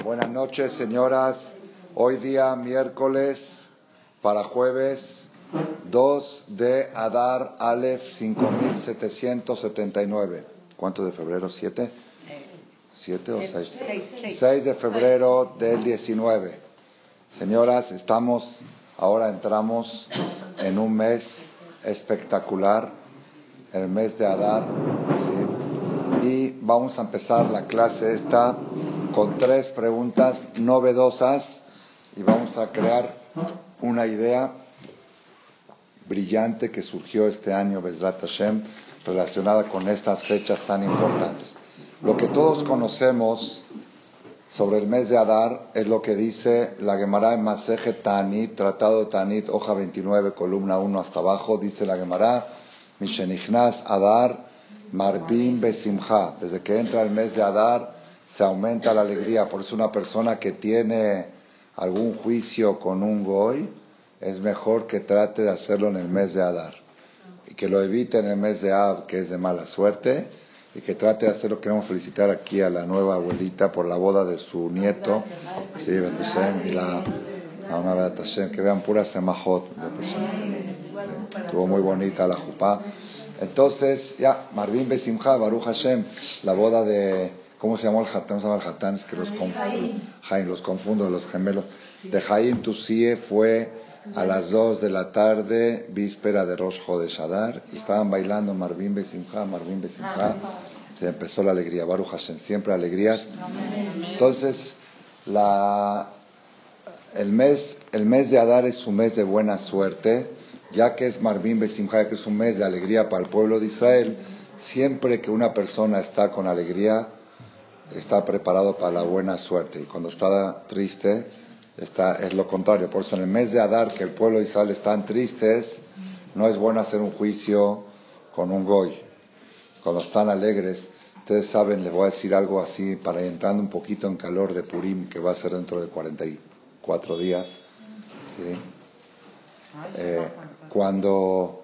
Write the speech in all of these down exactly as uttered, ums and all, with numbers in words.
Buenas noches, señoras. Hoy día miércoles para jueves dos de Adar Aleph cinco mil setecientos setenta y nueve. ¿Cuánto de febrero? ¿Siete? ¿Siete o seis? Seis de febrero del diecinueve. Señoras, estamos, ahora entramos en un mes espectacular, el mes de Adar, ¿sí? Y vamos a empezar la clase esta con tres preguntas novedosas y vamos a crear una idea brillante que surgió este año, Bezrat Hashem, relacionada con estas fechas tan importantes. Lo que todos conocemos sobre el mes de Adar es lo que dice la Gemara en Masejet Ta'anit, Tratado de Ta'anit, hoja veintinueve, columna uno hasta abajo. Dice la Gemara: Mishenichnas Adar Marbim Besimcha. Desde que entra el mes de Adar se aumenta la alegría. Por eso una persona que tiene algún juicio con un goy es mejor que trate de hacerlo en el mes de Adar y que lo evite en el mes de Ab, que es de mala suerte, y que trate de hacerlo. Queremos felicitar aquí a la nueva abuelita por la boda de su nieto, sí, y la a una Beat Hashem, que vean puras semajot, sí, estuvo muy bonita la jupá. Entonces, ya, Marvin Besimcha, Baruch Hashem, la boda de, ¿cómo se llamó el hatán? ¿Cómo se llama el hatán? Es que los confundo, Jaim, los confundo, los gemelos. De Jaim Tusie fue a las dos de la tarde, víspera de Rosh Chodesh Adar, y estaban bailando Marvin Besimcha, Marvin Besimcha. Se empezó la alegría, Baruch Hashem, siempre alegrías. Entonces, la, el mes, el mes de Adar es un mes de buena suerte, ya que es Marvin Besimcha, que es un mes de alegría para el pueblo de Israel. Siempre que una persona está con alegría, está preparado para la buena suerte, y cuando está triste, está, es lo contrario. Por eso en el mes de Adar, que el pueblo de Israel están tristes, no es bueno hacer un juicio con un goy. Cuando están alegres, ustedes saben, les voy a decir algo así para ir entrando un poquito en calor de Purim, que va a ser dentro de cuarenta y cuatro días, ¿sí? Eh, cuando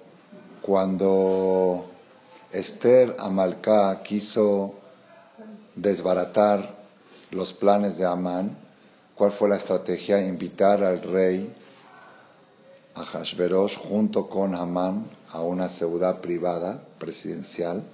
cuando Esther Amalcá quiso desbaratar los planes de Amán, ¿cuál fue la estrategia? Invitar al rey Ahashverosh junto con Amán a una ciudad privada presidencial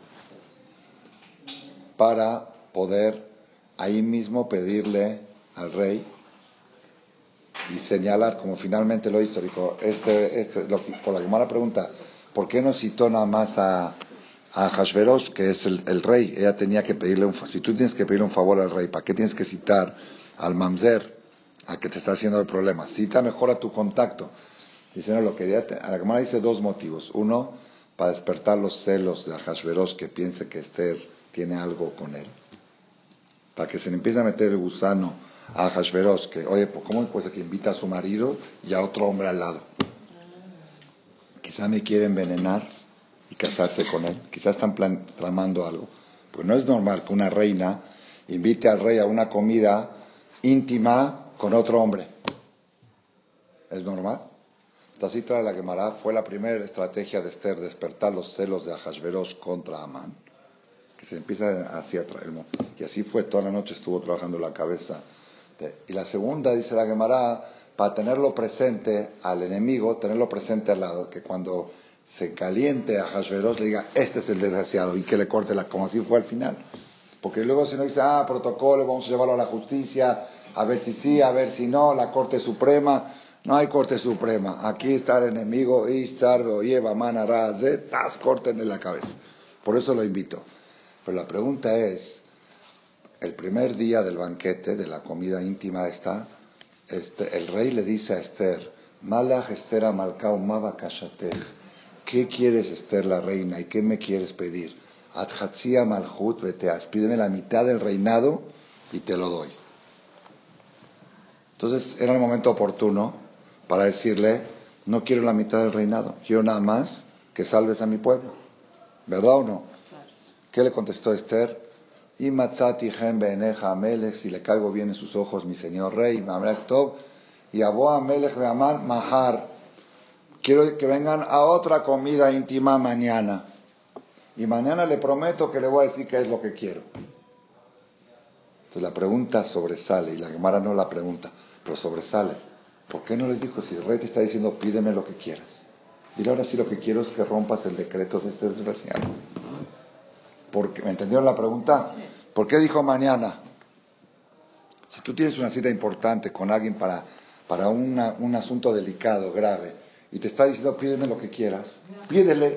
para poder ahí mismo pedirle al rey y señalar, como finalmente lo hizo. Dijo, este, este, lo, por la Gemara pregunta, ¿por qué no citó nada más a, a Ahashverosh, que es el, el rey? Ella tenía que pedirle un, si tú tienes que pedirle un favor al rey, ¿para qué tienes que citar al mamzer, a que te está haciendo el problema? Cita mejor a tu contacto. Dice, no, lo quería, a la Gemara dice dos motivos. Uno, para despertar los celos de Ahashverosh, que piense que Esther tiene algo con él, para que se le empiece a meter el gusano a Ahashverosh, que, oye, ¿cómo puede ser que invita a su marido y a otro hombre al lado? Quizá me quiere envenenar y casarse con él. Quizá están plan, tramando algo. Pues no es normal que una reina invite al rey a una comida íntima con otro hombre. ¿Es normal? Entonces, así trae la Gemara, fue la primera estrategia de Esther, despertar los celos de Ahashverosh contra Amán, que se empieza así a traer. Y así fue, toda la noche estuvo trabajando la cabeza. Y la segunda, dice la Gemara, para tenerlo presente al enemigo, tenerlo presente al lado, que cuando se caliente a Ahashverosh le diga, este es el desgraciado, y que le corte la, como así fue al final. Porque luego si no dice, ah, protocolo, vamos a llevarlo a la justicia, a ver si sí, a ver si no, la Corte Suprema. No hay Corte Suprema, aquí está el enemigo, y sardo, lleva, mana, razé, tas, córtenle la cabeza. Por eso lo invito. Pero la pregunta es, el primer día del banquete, de la comida íntima esta, este, el rey le dice a Esther, Malach Esther Amalcá umava kashatech, ¿qué quieres, Esther, la reina, y qué me quieres pedir? Adhatzia malchut veteas, pídeme la mitad del reinado y te lo doy. Entonces era el momento oportuno para decirle, no quiero la mitad del reinado, quiero nada más que salves a mi pueblo. ¿Verdad o no? ¿Qué le contestó Esther? Y matzati gen beeneja amelech, si le caigo bien en sus ojos, mi señor rey, amelech tov, y abo amelech beamar mahar, quiero que vengan a otra comida íntima mañana, y mañana le prometo que le voy a decir qué es lo que quiero. Entonces la pregunta sobresale, y la Gemara no la pregunta, pero sobresale. ¿Por qué no le dijo, si el rey te está diciendo, pídeme lo que quieras? Dile, ahora sí lo que quiero es que rompas el decreto de este desgraciado. Porque, ¿me entendieron la pregunta? ¿Por qué dijo mañana? Si tú tienes una cita importante con alguien para, para una, un asunto delicado, grave, y te está diciendo, pídeme lo que quieras, pídele.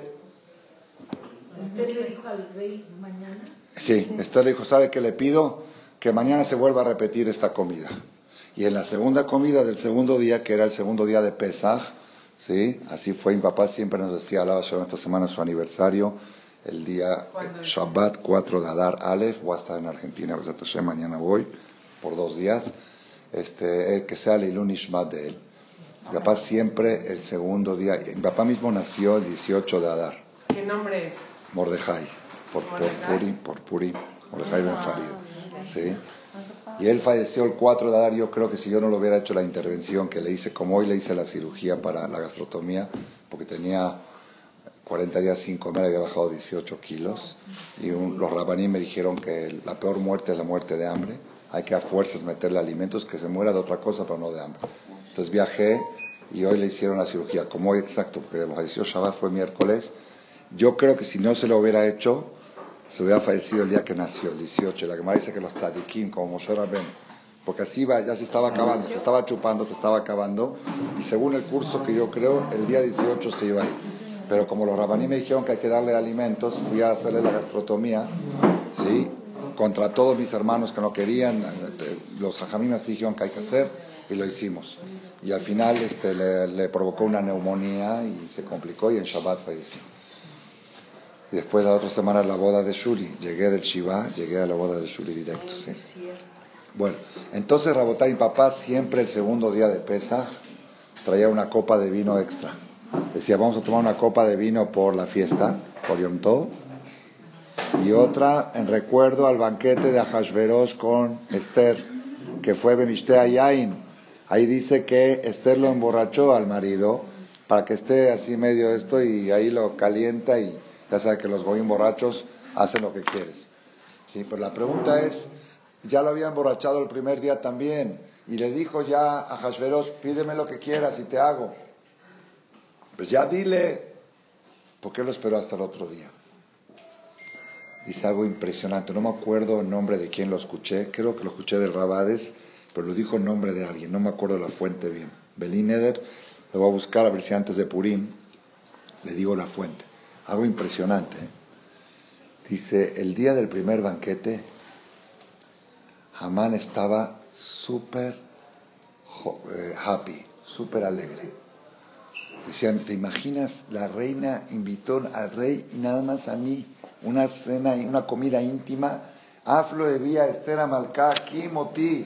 ¿Usted le dijo al rey mañana? Sí, Esther le dijo, ¿sabe qué le pido? Que mañana se vuelva a repetir esta comida. Y en la segunda comida del segundo día, que era el segundo día de Pesaj, ¿sí? Así fue, mi papá siempre nos decía, alaba Shalom, esta semana es su aniversario, el día eh, Shabbat cuatro de Adar Aleph, voy a estar en Argentina, mañana voy, por dos días, este, eh, que sea el Ilun Ishmat de él. Mi papá siempre el segundo día, mi papá mismo nació el dieciocho de Adar. ¿Qué nombre es? Mordejai, por, por Purim, por Purim, Mordejai Ben Farid, ¿sí? Y él falleció el cuatro de Adar. Yo creo que si yo no lo hubiera hecho la intervención que le hice, como hoy le hice la cirugía para la gastrotomía, porque tenía cuarenta días sin comer, había bajado dieciocho kilos, y un, los rabaní me dijeron que la peor muerte es la muerte de hambre, hay que a fuerzas meterle alimentos, que se muera de otra cosa, pero no de hambre. Entonces viajé y hoy le hicieron la cirugía, como hoy exacto, porque falleció Shabbat, fue miércoles. Yo creo que si no se lo hubiera hecho, se hubiera fallecido el día que nació, el dieciocho. La Gemara dice que los tzadikim, como Moshe Rabén, porque así va, ya se estaba acabando, se estaba chupando, se estaba acabando, y según el curso que yo creo, el día dieciocho se iba a ir. Pero como los rabaní me dijeron que hay que darle alimentos, fui a hacerle la gastrotomía, ¿sí? Contra todos mis hermanos que no querían, los jajamí me dijeron que hay que hacer, y lo hicimos. Y al final este, le, le provocó una neumonía y se complicó, y en Shabbat falleció. Y después la otra semana la boda de Shuli. Llegué del Shiva, llegué a la boda de Shuli directo. ¿Sí? Bueno, entonces Rabotay, mi papá siempre el segundo día de Pesaj traía una copa de vino extra. Decía, vamos a tomar una copa de vino por la fiesta, por Yom Tov, y otra en recuerdo al banquete de Ahashverosh con Esther, que fue Bemishtea Yain. Ahí dice que Esther lo emborrachó al marido para que esté así medio esto, y ahí lo calienta, y ya sabes que los goyim borrachos hacen lo que quieres. Sí, pero la pregunta es, ya lo había emborrachado el primer día también, y le dijo ya a Ahashverosh, pídeme lo que quieras y te hago. Pues ya dile. ¿Por qué lo esperó hasta el otro día? Dice algo impresionante, no me acuerdo el nombre de quién lo escuché, creo que lo escuché del Rabades, pero lo dijo en nombre de alguien, no me acuerdo la fuente bien. Belín Eder, lo voy a buscar a ver si antes de Purim le digo la fuente. Algo impresionante, ¿eh? Dice, el día del primer banquete, Hamán estaba súper eh, happy, súper alegre. Decían, ¿te imaginas? La reina invitó al rey y nada más a mí, una cena, una comida íntima. Aflo Evía Esther Amalcá, Kimoti.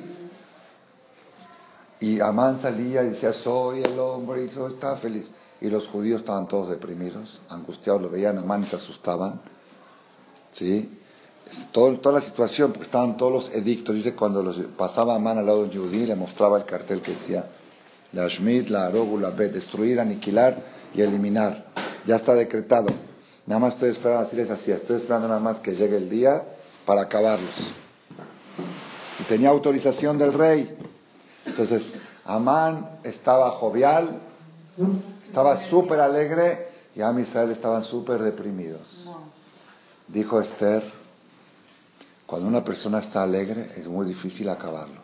Y Amán salía y decía, soy el hombre, y soy, estaba feliz. Y los judíos estaban todos deprimidos, angustiados, lo veían a Amán y se asustaban. ¿Sí? Todo, toda la situación, porque estaban todos los edictos. Dice, cuando los, pasaba Amán al lado de un judí, le mostraba el cartel que decía, la Shmid, la Arogu, la Bet, destruir, aniquilar y eliminar. Ya está decretado. Nada más estoy esperando, así les hacía, estoy esperando nada más que llegue el día para acabarlos. Y tenía autorización del rey. Entonces, Amán estaba jovial, estaba súper alegre, y Am Israel estaban súper deprimidos. Dijo Esther, cuando una persona está alegre es muy difícil acabarlo.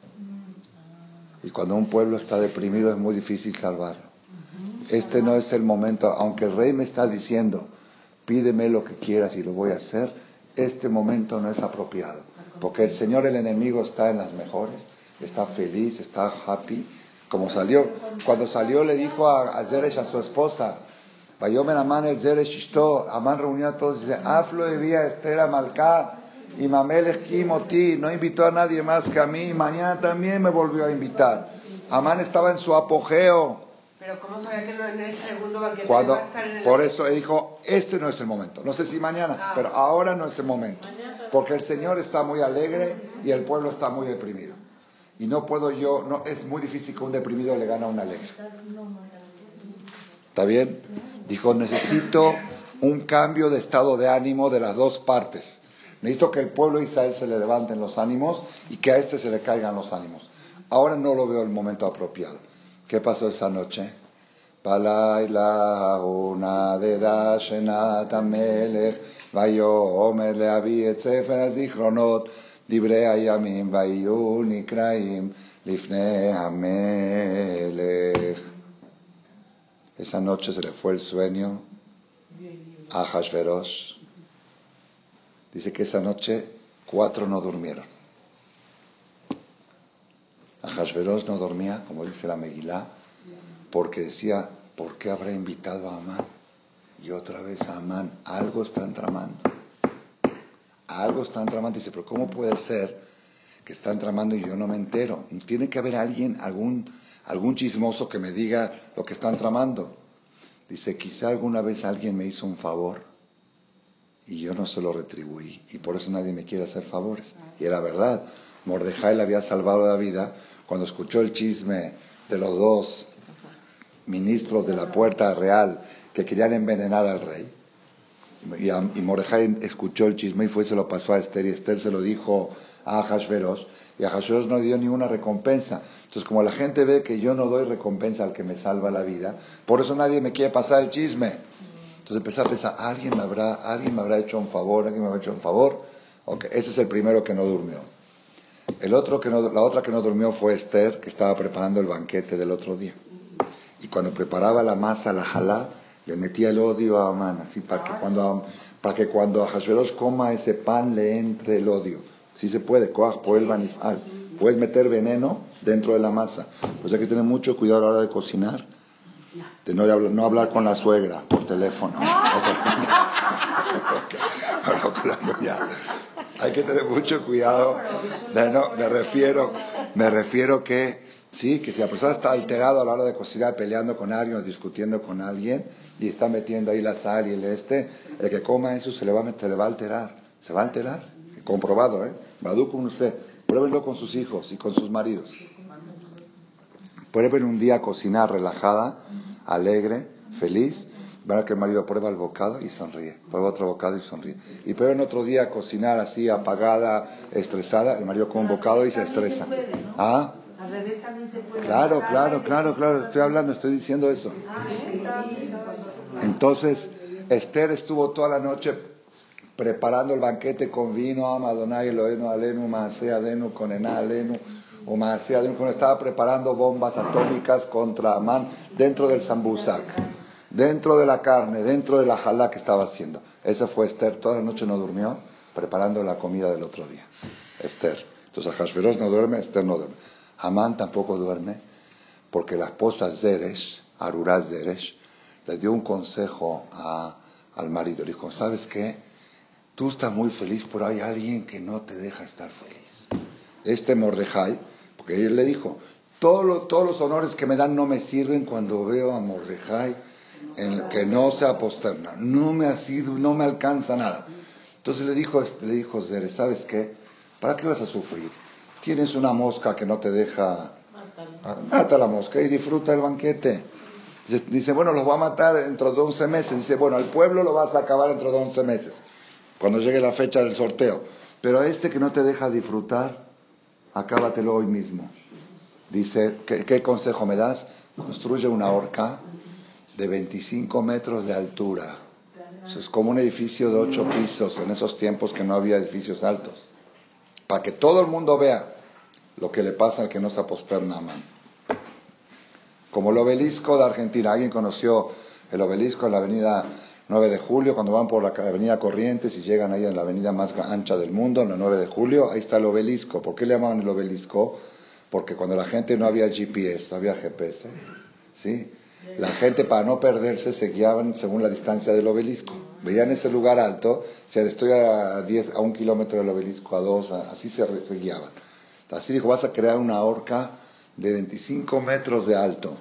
Y cuando un pueblo está deprimido es muy difícil salvarlo. Este no es el momento, aunque el rey me está diciendo, pídeme lo que quieras y lo voy a hacer, este momento no es apropiado. Porque el Señor, el enemigo, está en las mejores, está feliz, está happy. Como salió, cuando salió le dijo a, a Zeresh, a su esposa, Vayomer Amán el Zeresh Ishto, Amán reunió a todos y dice, Aflo Evía Esther Amalcá, y Mamelech Kimoti, no invitó a nadie más que a mí, y mañana también me volvió a invitar. Amán estaba en su apogeo. Pero ¿cómo sabía que no en el segundo banquete Cuando, iba a estar en el... por eso dijo, este no es el momento. No sé si mañana, ah, pero ahora no es el momento. Porque el Señor está muy alegre y el pueblo está muy deprimido. Y no puedo yo, no es muy difícil que un deprimido le gane a un alegre. ¿Está bien? Dijo, necesito un cambio de estado de ánimo de las dos partes. Necesito que el pueblo de Israel se le levanten los ánimos y que a este se le caigan los ánimos. Ahora no lo veo el momento apropiado. ¿Qué pasó esa noche? Balayla una de Dashenat Amelech Vayomer leavi et sefer hazichronot divrei hayamim vayu nikraim lifnei hamelech. Esa noche se le fue el sueño a Ahashverosh. Dice que esa noche cuatro no durmieron. Ahashverosh no dormía, como dice la Megilá, porque decía, ¿por qué habrá invitado a Amán? Y otra vez a Amán, algo están tramando. Algo están tramando. Dice, pero ¿cómo puede ser que están tramando y yo no me entero? Tiene que haber alguien, algún, algún chismoso que me diga lo que están tramando. Dice, quizá alguna vez alguien me hizo un favor y yo no se lo retribuí. Y por eso nadie me quiere hacer favores. Y era verdad. Mordejai le había salvado la vida cuando escuchó el chisme de los dos ministros de la puerta real que querían envenenar al rey. Y, a, y Mordejai escuchó el chisme y fue y se lo pasó a Esther, y Esther se lo dijo a Ahashverosh, y Ahashverosh no dio ninguna recompensa. Entonces, como la gente ve que yo no doy recompensa al que me salva la vida, por eso nadie me quiere pasar el chisme. Entonces empecé a pensar, ¿alguien me habrá, alguien me habrá hecho un favor? ¿Alguien me habrá hecho un favor? Okay, ese es el primero que no durmió. El otro que no, la otra que no durmió fue Esther, que estaba preparando el banquete del otro día. Y cuando preparaba la masa, la jalá, le metía el odio a Amán, así para que cuando para que cuando Ahashverosh coma ese pan le entre el odio. Sí se puede, koach poel banifal. Puedes meter veneno dentro de la masa. Pues hay que tener mucho cuidado a la hora de cocinar, de no hablar, no hablar con la suegra por teléfono. Hay que tener mucho cuidado. De, no, me refiero, me refiero que sí, que si la persona está alterada a la hora de cocinar, peleando con alguien o discutiendo con alguien y está metiendo ahí la sal y el este, el que coma eso se le va a, se le va a alterar. ¿Se va a alterar? Comprobado, ¿eh? Badú con usted. Pruébenlo con sus hijos y con sus maridos. Prueben un día cocinar relajada, alegre, feliz. Verá que el marido prueba el bocado y sonríe. Prueba otro bocado y sonríe. Y prueben otro día cocinar así, apagada, estresada. El marido come un bocado y se estresa. ¿Ah? Al revés también se puede. Claro, claro, claro, claro. Estoy hablando, estoy diciendo eso. Entonces, Esther estuvo toda la noche preparando el banquete con vino, Amadonai, Eloheinu, Alenu, Maaseh Adenu, con Ená Alenu, o Maaseh Adenu, cuando estaba preparando bombas atómicas contra Amán dentro del Sambusak, dentro de la carne, dentro de la jalá que estaba haciendo. Esa fue Esther, toda la noche no durmió, preparando la comida del otro día. Esther. Entonces Ahashverosh no duerme, Esther no duerme. Amán tampoco duerme, porque la esposa Zeresh, Arurá Zeresh, le dio un consejo a, al marido. Le dijo, ¿sabes qué? Tú estás muy feliz, pero hay alguien que no te deja estar feliz. Este Mordejai, porque él le dijo, todo lo, todos los honores que me dan no me sirven cuando veo a Mordejai en que no se aposterna. No me ha sido, no me alcanza nada. Entonces le dijo, le dijo Zeresh, ¿sabes qué? ¿Para qué vas a sufrir? Tienes una mosca que no te deja... Mata la mosca y disfruta el banquete. Dice, dice, bueno, los va a matar dentro de once meses. Dice, bueno, al pueblo lo vas a acabar dentro de once meses, cuando llegue la fecha del sorteo. Pero a este que no te deja disfrutar, acábatelo hoy mismo. Dice, ¿qué, qué consejo me das? Construye una horca de veinticinco metros de altura. Eso es como un edificio de ocho pisos, en esos tiempos que no había edificios altos. Para que todo el mundo vea lo que le pasa al que no se aposterna a Amán. Como el obelisco de Argentina. ¿Alguien conoció el obelisco en la avenida nueve de julio? Cuando van por la avenida Corrientes y llegan ahí en la avenida más ancha del mundo, en la nueve de julio, ahí está el obelisco. ¿Por qué le llamaban el obelisco? Porque cuando la gente no había G P S, no había G P S, ¿sí? La gente, para no perderse, se guiaban según la distancia del obelisco. Veían ese lugar alto, o sea, estoy a diez, a un kilómetro del obelisco, a dos, a, así se, se guiaban. Así dijo, vas a crear una horca de veinticinco metros de alto.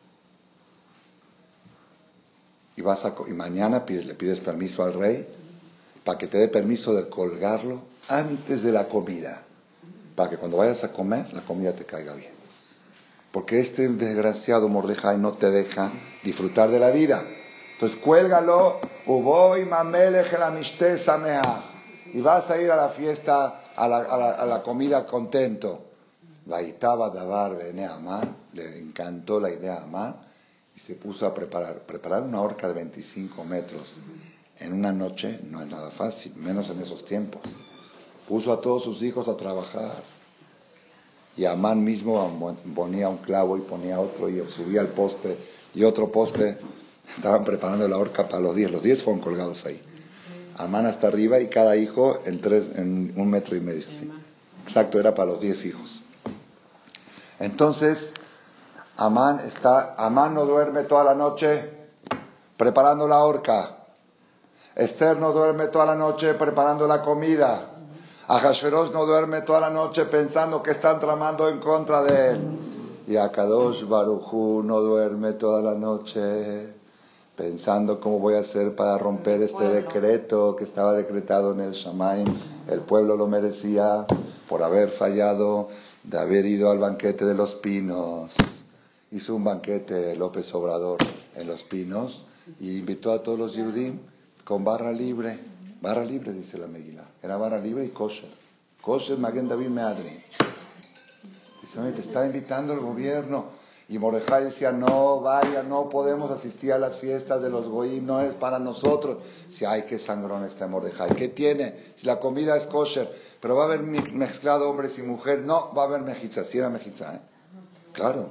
Y, vas a, y mañana pides, le pides permiso al rey para que te dé permiso de colgarlo antes de la comida. Para que cuando vayas a comer, la comida te caiga bien. Porque este desgraciado Mordejai no te deja disfrutar de la vida. Entonces cuélgalo, uboy mamelech el amishte sameach. y vas a ir a la fiesta, a la, a la, a la comida contento. Vaitaba Dabar Bene Amán, le encantó la idea a Amán y se puso a preparar. Preparar una horca de veinticinco metros en una noche no es nada fácil, menos en esos tiempos. Puso a todos sus hijos a trabajar. Y Amán mismo ponía un clavo y ponía otro y subía el poste y otro poste. Estaban preparando la horca para los diez. Los diez fueron colgados ahí. Amán hasta arriba y cada hijo en, tres, en un metro y medio. ¿Sí? Exacto, era para los diez hijos. Entonces, Amán, está, Amán no duerme toda la noche preparando la horca. Esther no duerme toda la noche preparando la comida. Ahasverosh no duerme toda la noche pensando que están tramando en contra de él. Y Akadosh Baruj Hu no duerme toda la noche pensando cómo voy a hacer para romper este decreto que estaba decretado en el Shamaim. El pueblo lo merecía por haber fallado de haber ido al banquete de los pinos. Hizo un banquete López Obrador en los pinos y invitó a todos los Yehudim con barra libre. Barra libre, dice la Megilá. Era barra libre y kosher. Kosher Maguen David Meadrin. Dice, te está invitando el gobierno. Y Mordejai decía, no, vaya, no podemos asistir a las fiestas de los goyim, no es para nosotros. Si ay, qué sangrón está Mordejai. ¿Qué tiene? Si la comida es kosher, pero va a haber mezclado hombres y mujeres. No, va a haber mejitza. Sí era mejitza, ¿eh? Claro.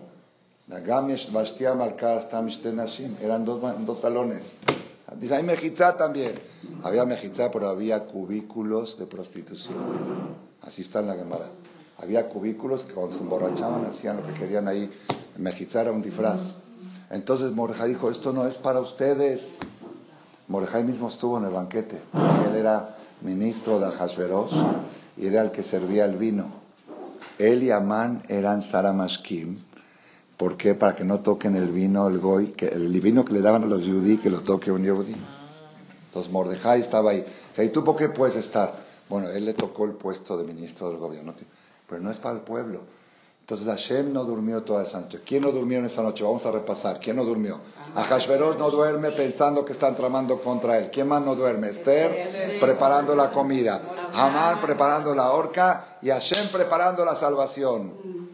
Eran dos, dos salones. Dice, hay mejitza también. Había mejitza, pero había cubículos de prostitución. Así está en la Gemara. Había cubículos que cuando se emborrachaban hacían lo que querían ahí. Mejitza era un disfraz. Entonces Mordejai dijo, esto no es para ustedes. Mordejai mismo estuvo en el banquete. Él era ministro de Ahasverosh y era el que servía el vino. Él y Amán eran Sara Mashkim. ¿Por qué? Para que no toquen el vino, el goy, que el vino que le daban a los yudí, que lo toque un yudí. Entonces Mordejai estaba ahí. O sea, ¿y tú por qué puedes estar? Bueno, él le tocó el puesto de ministro del gobierno, pero no es para el pueblo. Entonces Hashem no durmió toda esa noche. ¿Quién no durmió en esa noche? Vamos a repasar. ¿Quién no durmió? Ahasverosh no duerme pensando que están tramando contra él. ¿Quién más no duerme? Esther preparando la comida. Amán preparando la horca y Hashem preparando la salvación.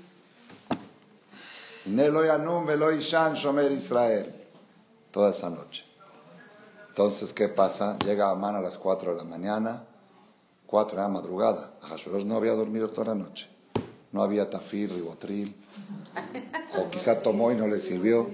Neloyanum Veloy Shan Shomer Israel. Toda esa noche. Entonces, ¿qué pasa? Llega Amán a las cuatro de la mañana. Cuatro de la madrugada. Ahasverosh no había dormido toda la noche. No había tafir, ribotril. O quizá tomó y no le sirvió.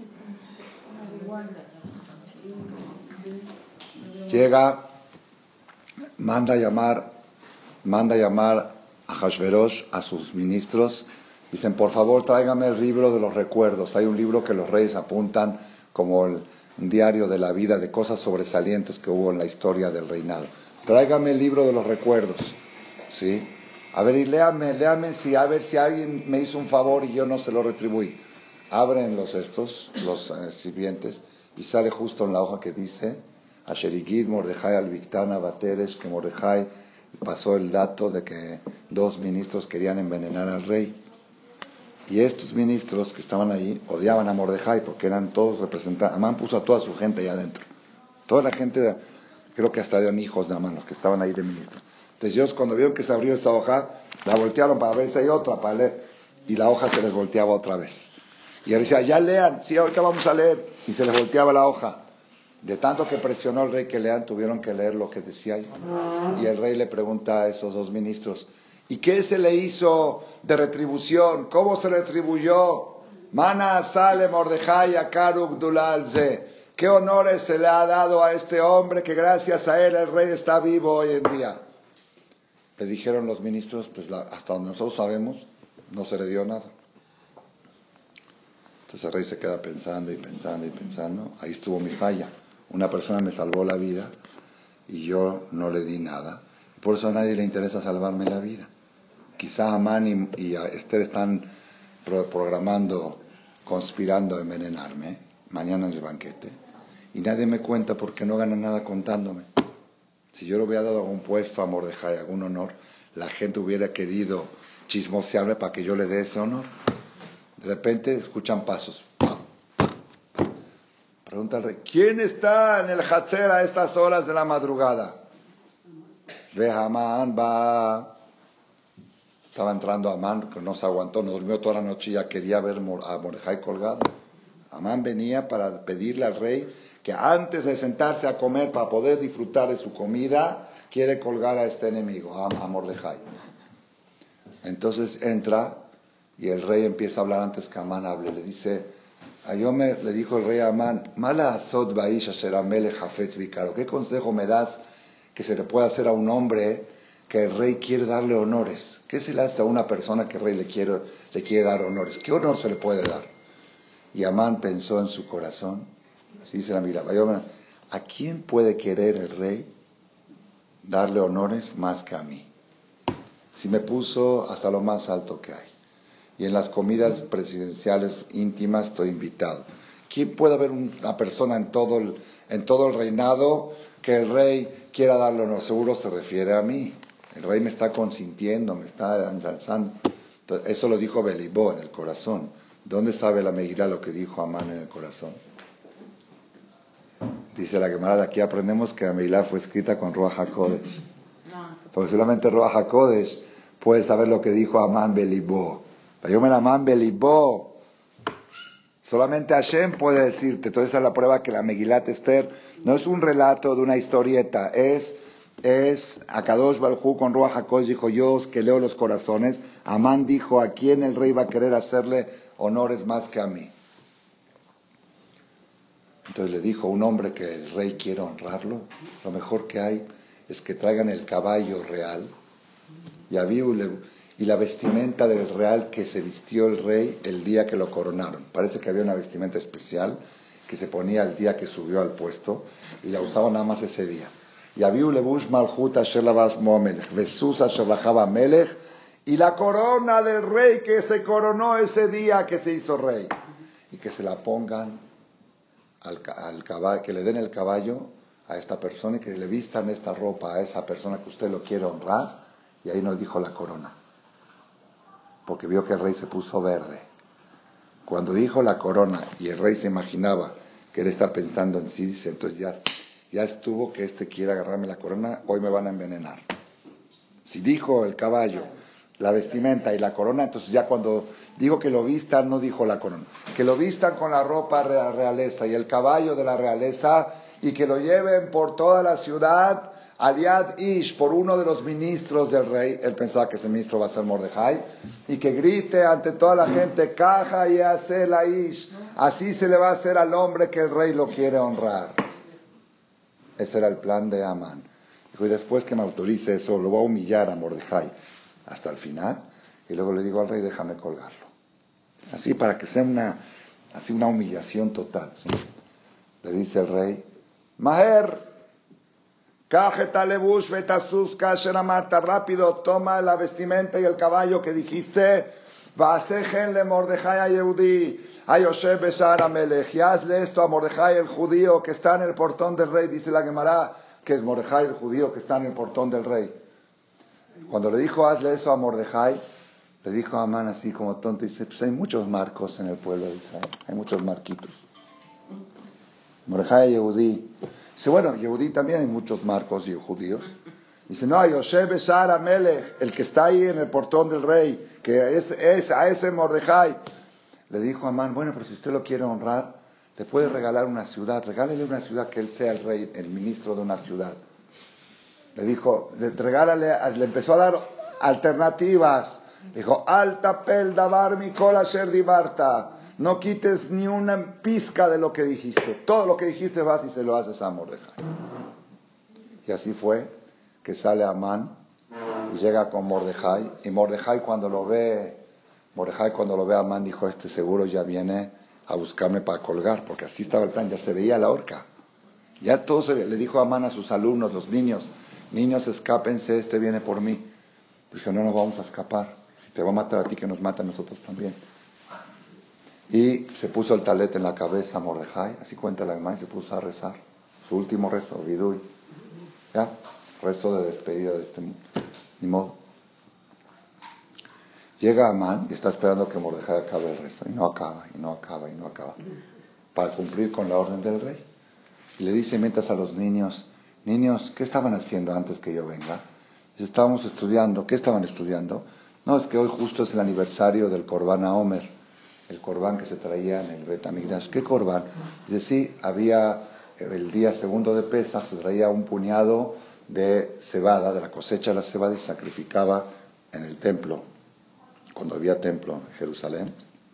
Llega, manda a llamar, manda a llamar a Ahasverosh a sus ministros. Dicen, por favor, tráigame el libro de los recuerdos. Hay un libro que los reyes apuntan como el, un diario de la vida, de cosas sobresalientes que hubo en la historia del reinado. Tráigame el libro de los recuerdos. ¿Sí? A ver, y léame, léame si, a ver si alguien me hizo un favor y yo no se lo retribuí. Abren los estos, los eh, sirvientes, y sale justo en la hoja que dice, Asherigid Mordejai al Victana Bateres, que Mordejai pasó el dato de que dos ministros querían envenenar al rey. Y estos ministros que estaban ahí odiaban a Mordejai porque eran todos representantes. Amán puso a toda su gente ahí adentro. Toda la gente, de, creo que hasta eran hijos de Amán los que estaban ahí de ministros. Entonces ellos cuando vieron que se abrió esa hoja, la voltearon para ver si hay otra, para leer. Y la hoja se les volteaba otra vez. Y él decía, ya lean, sí, ahorita vamos a leer. Y se les volteaba la hoja. De tanto que presionó el rey que lean, tuvieron que leer lo que decía ahí. Y el rey le pregunta a esos dos ministros, ¿y qué se le hizo de retribución? ¿Cómo se retribuyó? Mana sale Mordejai a Karuk Dulalze. ¿Qué honores se le ha dado a este hombre que gracias a él el rey está vivo hoy en día? Le dijeron los ministros, pues la, hasta donde nosotros sabemos, no se le dio nada. Entonces el rey se queda pensando y pensando y pensando. Ahí estuvo mi falla. Una persona me salvó la vida y yo no le di nada. Por eso a nadie le interesa salvarme la vida. Quizá Amán y, y Esther están pro, programando, conspirando a envenenarme mañana en el banquete. Y nadie me cuenta porque no ganan nada contándome. Si yo le hubiera dado algún puesto a Mordejai, algún honor, la gente hubiera querido chismosearme para que yo le dé ese honor. De repente escuchan pasos. Pregunta al rey, ¿quién está en el Hatzer a estas horas de la madrugada? ve Amán, va. Estaba entrando Amán, que no se aguantó, no durmió toda la noche y ya quería ver a Mordejai colgado. Amán venía para pedirle al rey que antes de sentarse a comer, para poder disfrutar de su comida, quiere colgar a este enemigo, a, a Mordejai. Entonces entra y el rey empieza a hablar antes que Amán hable. Le dice, Ayomer, le dijo el rey a Amán, Mala asot baish asher amelech hafetz bikaro. ¿Qué consejo me das que se le pueda hacer a un hombre que el rey quiere darle honores? ¿Qué se le hace a una persona que el rey le quiere, le quiere dar honores? ¿Qué honor se le puede dar? Y Amán pensó en su corazón, así dice la Biblia, ¿a quién puede querer el rey darle honores más que a mí? Si me puso hasta lo más alto que hay, y en las comidas presidenciales íntimas estoy invitado. ¿Quién puede haber una persona en todo el, en todo el reinado que el rey quiera darle honor? Seguro se refiere a mí. El rey me está consintiendo, me está ensalzando. Entonces, eso lo dijo Belibó en el corazón. ¿Dónde sabe la Megilá lo que dijo Amán en el corazón? Dice la Gemara, de aquí aprendemos que la Megilá fue escrita con Ruach HaKodesh. Porque solamente Ruach HaKodesh puede saber lo que dijo Amán Belibó. Yo me la Amán Belibó. Solamente Hashem puede decirte. Entonces esa es la prueba que la Megilat Esther no es un relato de una historieta, es... es Akadosh Baruj Hu con Ruach HaKodesh dijo, yo que leo los corazones. Amán dijo, ¿a quién el rey va a querer hacerle honores más que a mí? Entonces le dijo, un hombre que el rey quiere honrarlo, lo mejor que hay es que traigan el caballo real y, y la vestimenta del real que se vistió el rey el día que lo coronaron. Parece que había una vestimenta especial que se ponía el día que subió al puesto y la usaba nada más ese día. Y Abiu lebush malchut asher labas momelech, vesus asher lajaba melech, y la corona del rey que se coronó ese día que se hizo rey. Y que se la pongan al, al caballo, que le den el caballo a esta persona y que le vistan esta ropa a esa persona que usted lo quiere honrar. Y ahí nos dijo la corona. Porque vio que el rey se puso verde. Cuando dijo la corona y el rey se imaginaba que él está pensando en sí, dice, entonces ya... ya estuvo que este quiere agarrarme la corona, hoy me van a envenenar. Si dijo el caballo, la vestimenta y la corona, entonces ya cuando dijo que lo vistan, no dijo la corona. Que lo vistan con la ropa de la realeza y el caballo de la realeza y que lo lleven por toda la ciudad, Aliad Ish, por uno de los ministros del rey. Él pensaba que ese ministro va a ser Mordejai. Y que grite ante toda la gente, Caja y hace la Ish. Así se le va a hacer al hombre que el rey lo quiere honrar. Ese era el plan de Amán. Dijo, y después que me autorice eso, lo voy a humillar a Mordejai hasta el final. Y luego le digo al rey, déjame colgarlo. Así, para que sea una, así una humillación total. ¿Sí? Le dice el rey, Maher, Kajeta lebush vetasus kasher amarta, rápido, toma la vestimenta y el caballo que dijiste, Vasejen le Mordejai a Yehudí. Ayoshev Beshar Amelech, y hazle esto a Mordejai el judío que está en el portón del rey. Dice la Gemara que es Mordejai el judío que está en el portón del rey. Cuando le dijo hazle eso a Mordejai, le dijo a Amán así como tonto, dice, pues hay muchos marcos en el pueblo de Israel, hay muchos marquitos. Mordejai Yehudí. Dice, bueno, Yehudí también hay muchos marcos y judíos. Dice, no, Ayoshev Beshar Amelech, el que está ahí en el portón del rey, que es, es a ese Mordejai. Le dijo a Amán, bueno, pero si usted lo quiere honrar, le puede regalar una ciudad, regálele una ciudad que él sea el rey, el ministro de una ciudad. Le dijo, le, regálale, le empezó a dar alternativas. Dijo, alta pel davar mikol asher dibarta, no quites ni una pizca de lo que dijiste, todo lo que dijiste vas y se lo haces a Mordejai. Y así fue que sale Amán y llega con Mordejai, y Mordejai cuando lo ve, Mordejai cuando lo ve a Amán dijo, este seguro ya viene a buscarme para colgar, porque así estaba el plan, ya se veía la horca. Ya todo se, le dijo a Amán a sus alumnos, los niños, niños escápense, este viene por mí. Dije, no nos vamos a escapar, si te va a matar a ti que nos mata a nosotros también. Y se puso el talete en la cabeza Mordejai, así cuenta la Gemara, y se puso a rezar, su último rezo, Vidui, ya, rezo de despedida de este mundo, ni modo. Llega Amán y está esperando que Mordejai acabe el rezo. Y no acaba, y no acaba, y no acaba. Para cumplir con la orden del rey. Y le dice mientras a los niños, niños, ¿qué estaban haciendo antes que yo venga? Estábamos estudiando. ¿Qué estaban estudiando? No, es que hoy justo es el aniversario del Corbán Omer, el Corbán que se traía en el Bet Hamikdash. ¿Qué Corbán? Dice, sí, había el día segundo de Pesach, se traía un puñado de cebada, de la cosecha de la cebada, y se sacrificaba en el templo, cuando había templo en Jerusalén.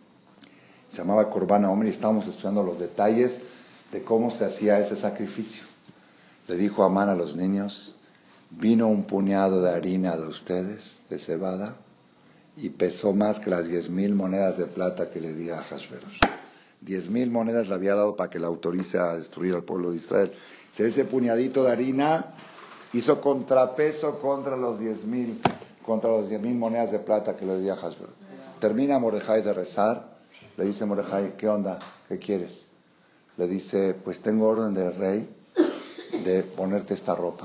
Se llamaba Corbán Omer y estábamos estudiando los detalles de cómo se hacía ese sacrificio. Le dijo Amán a los niños, vino un puñado de harina de ustedes, de cebada, y pesó más que las diez mil monedas de plata que le di a Ahasverosh. Diez mil monedas le había dado para que le autorice a destruir al pueblo de Israel. Ese puñadito de harina hizo contrapeso contra los diez mil, contra los diez mil monedas de plata que le di a Ahasverosh. Termina Mordejai de rezar, le dice Mordejai, ¿qué onda? ¿Qué quieres? Le dice, pues tengo orden del rey de ponerte esta ropa.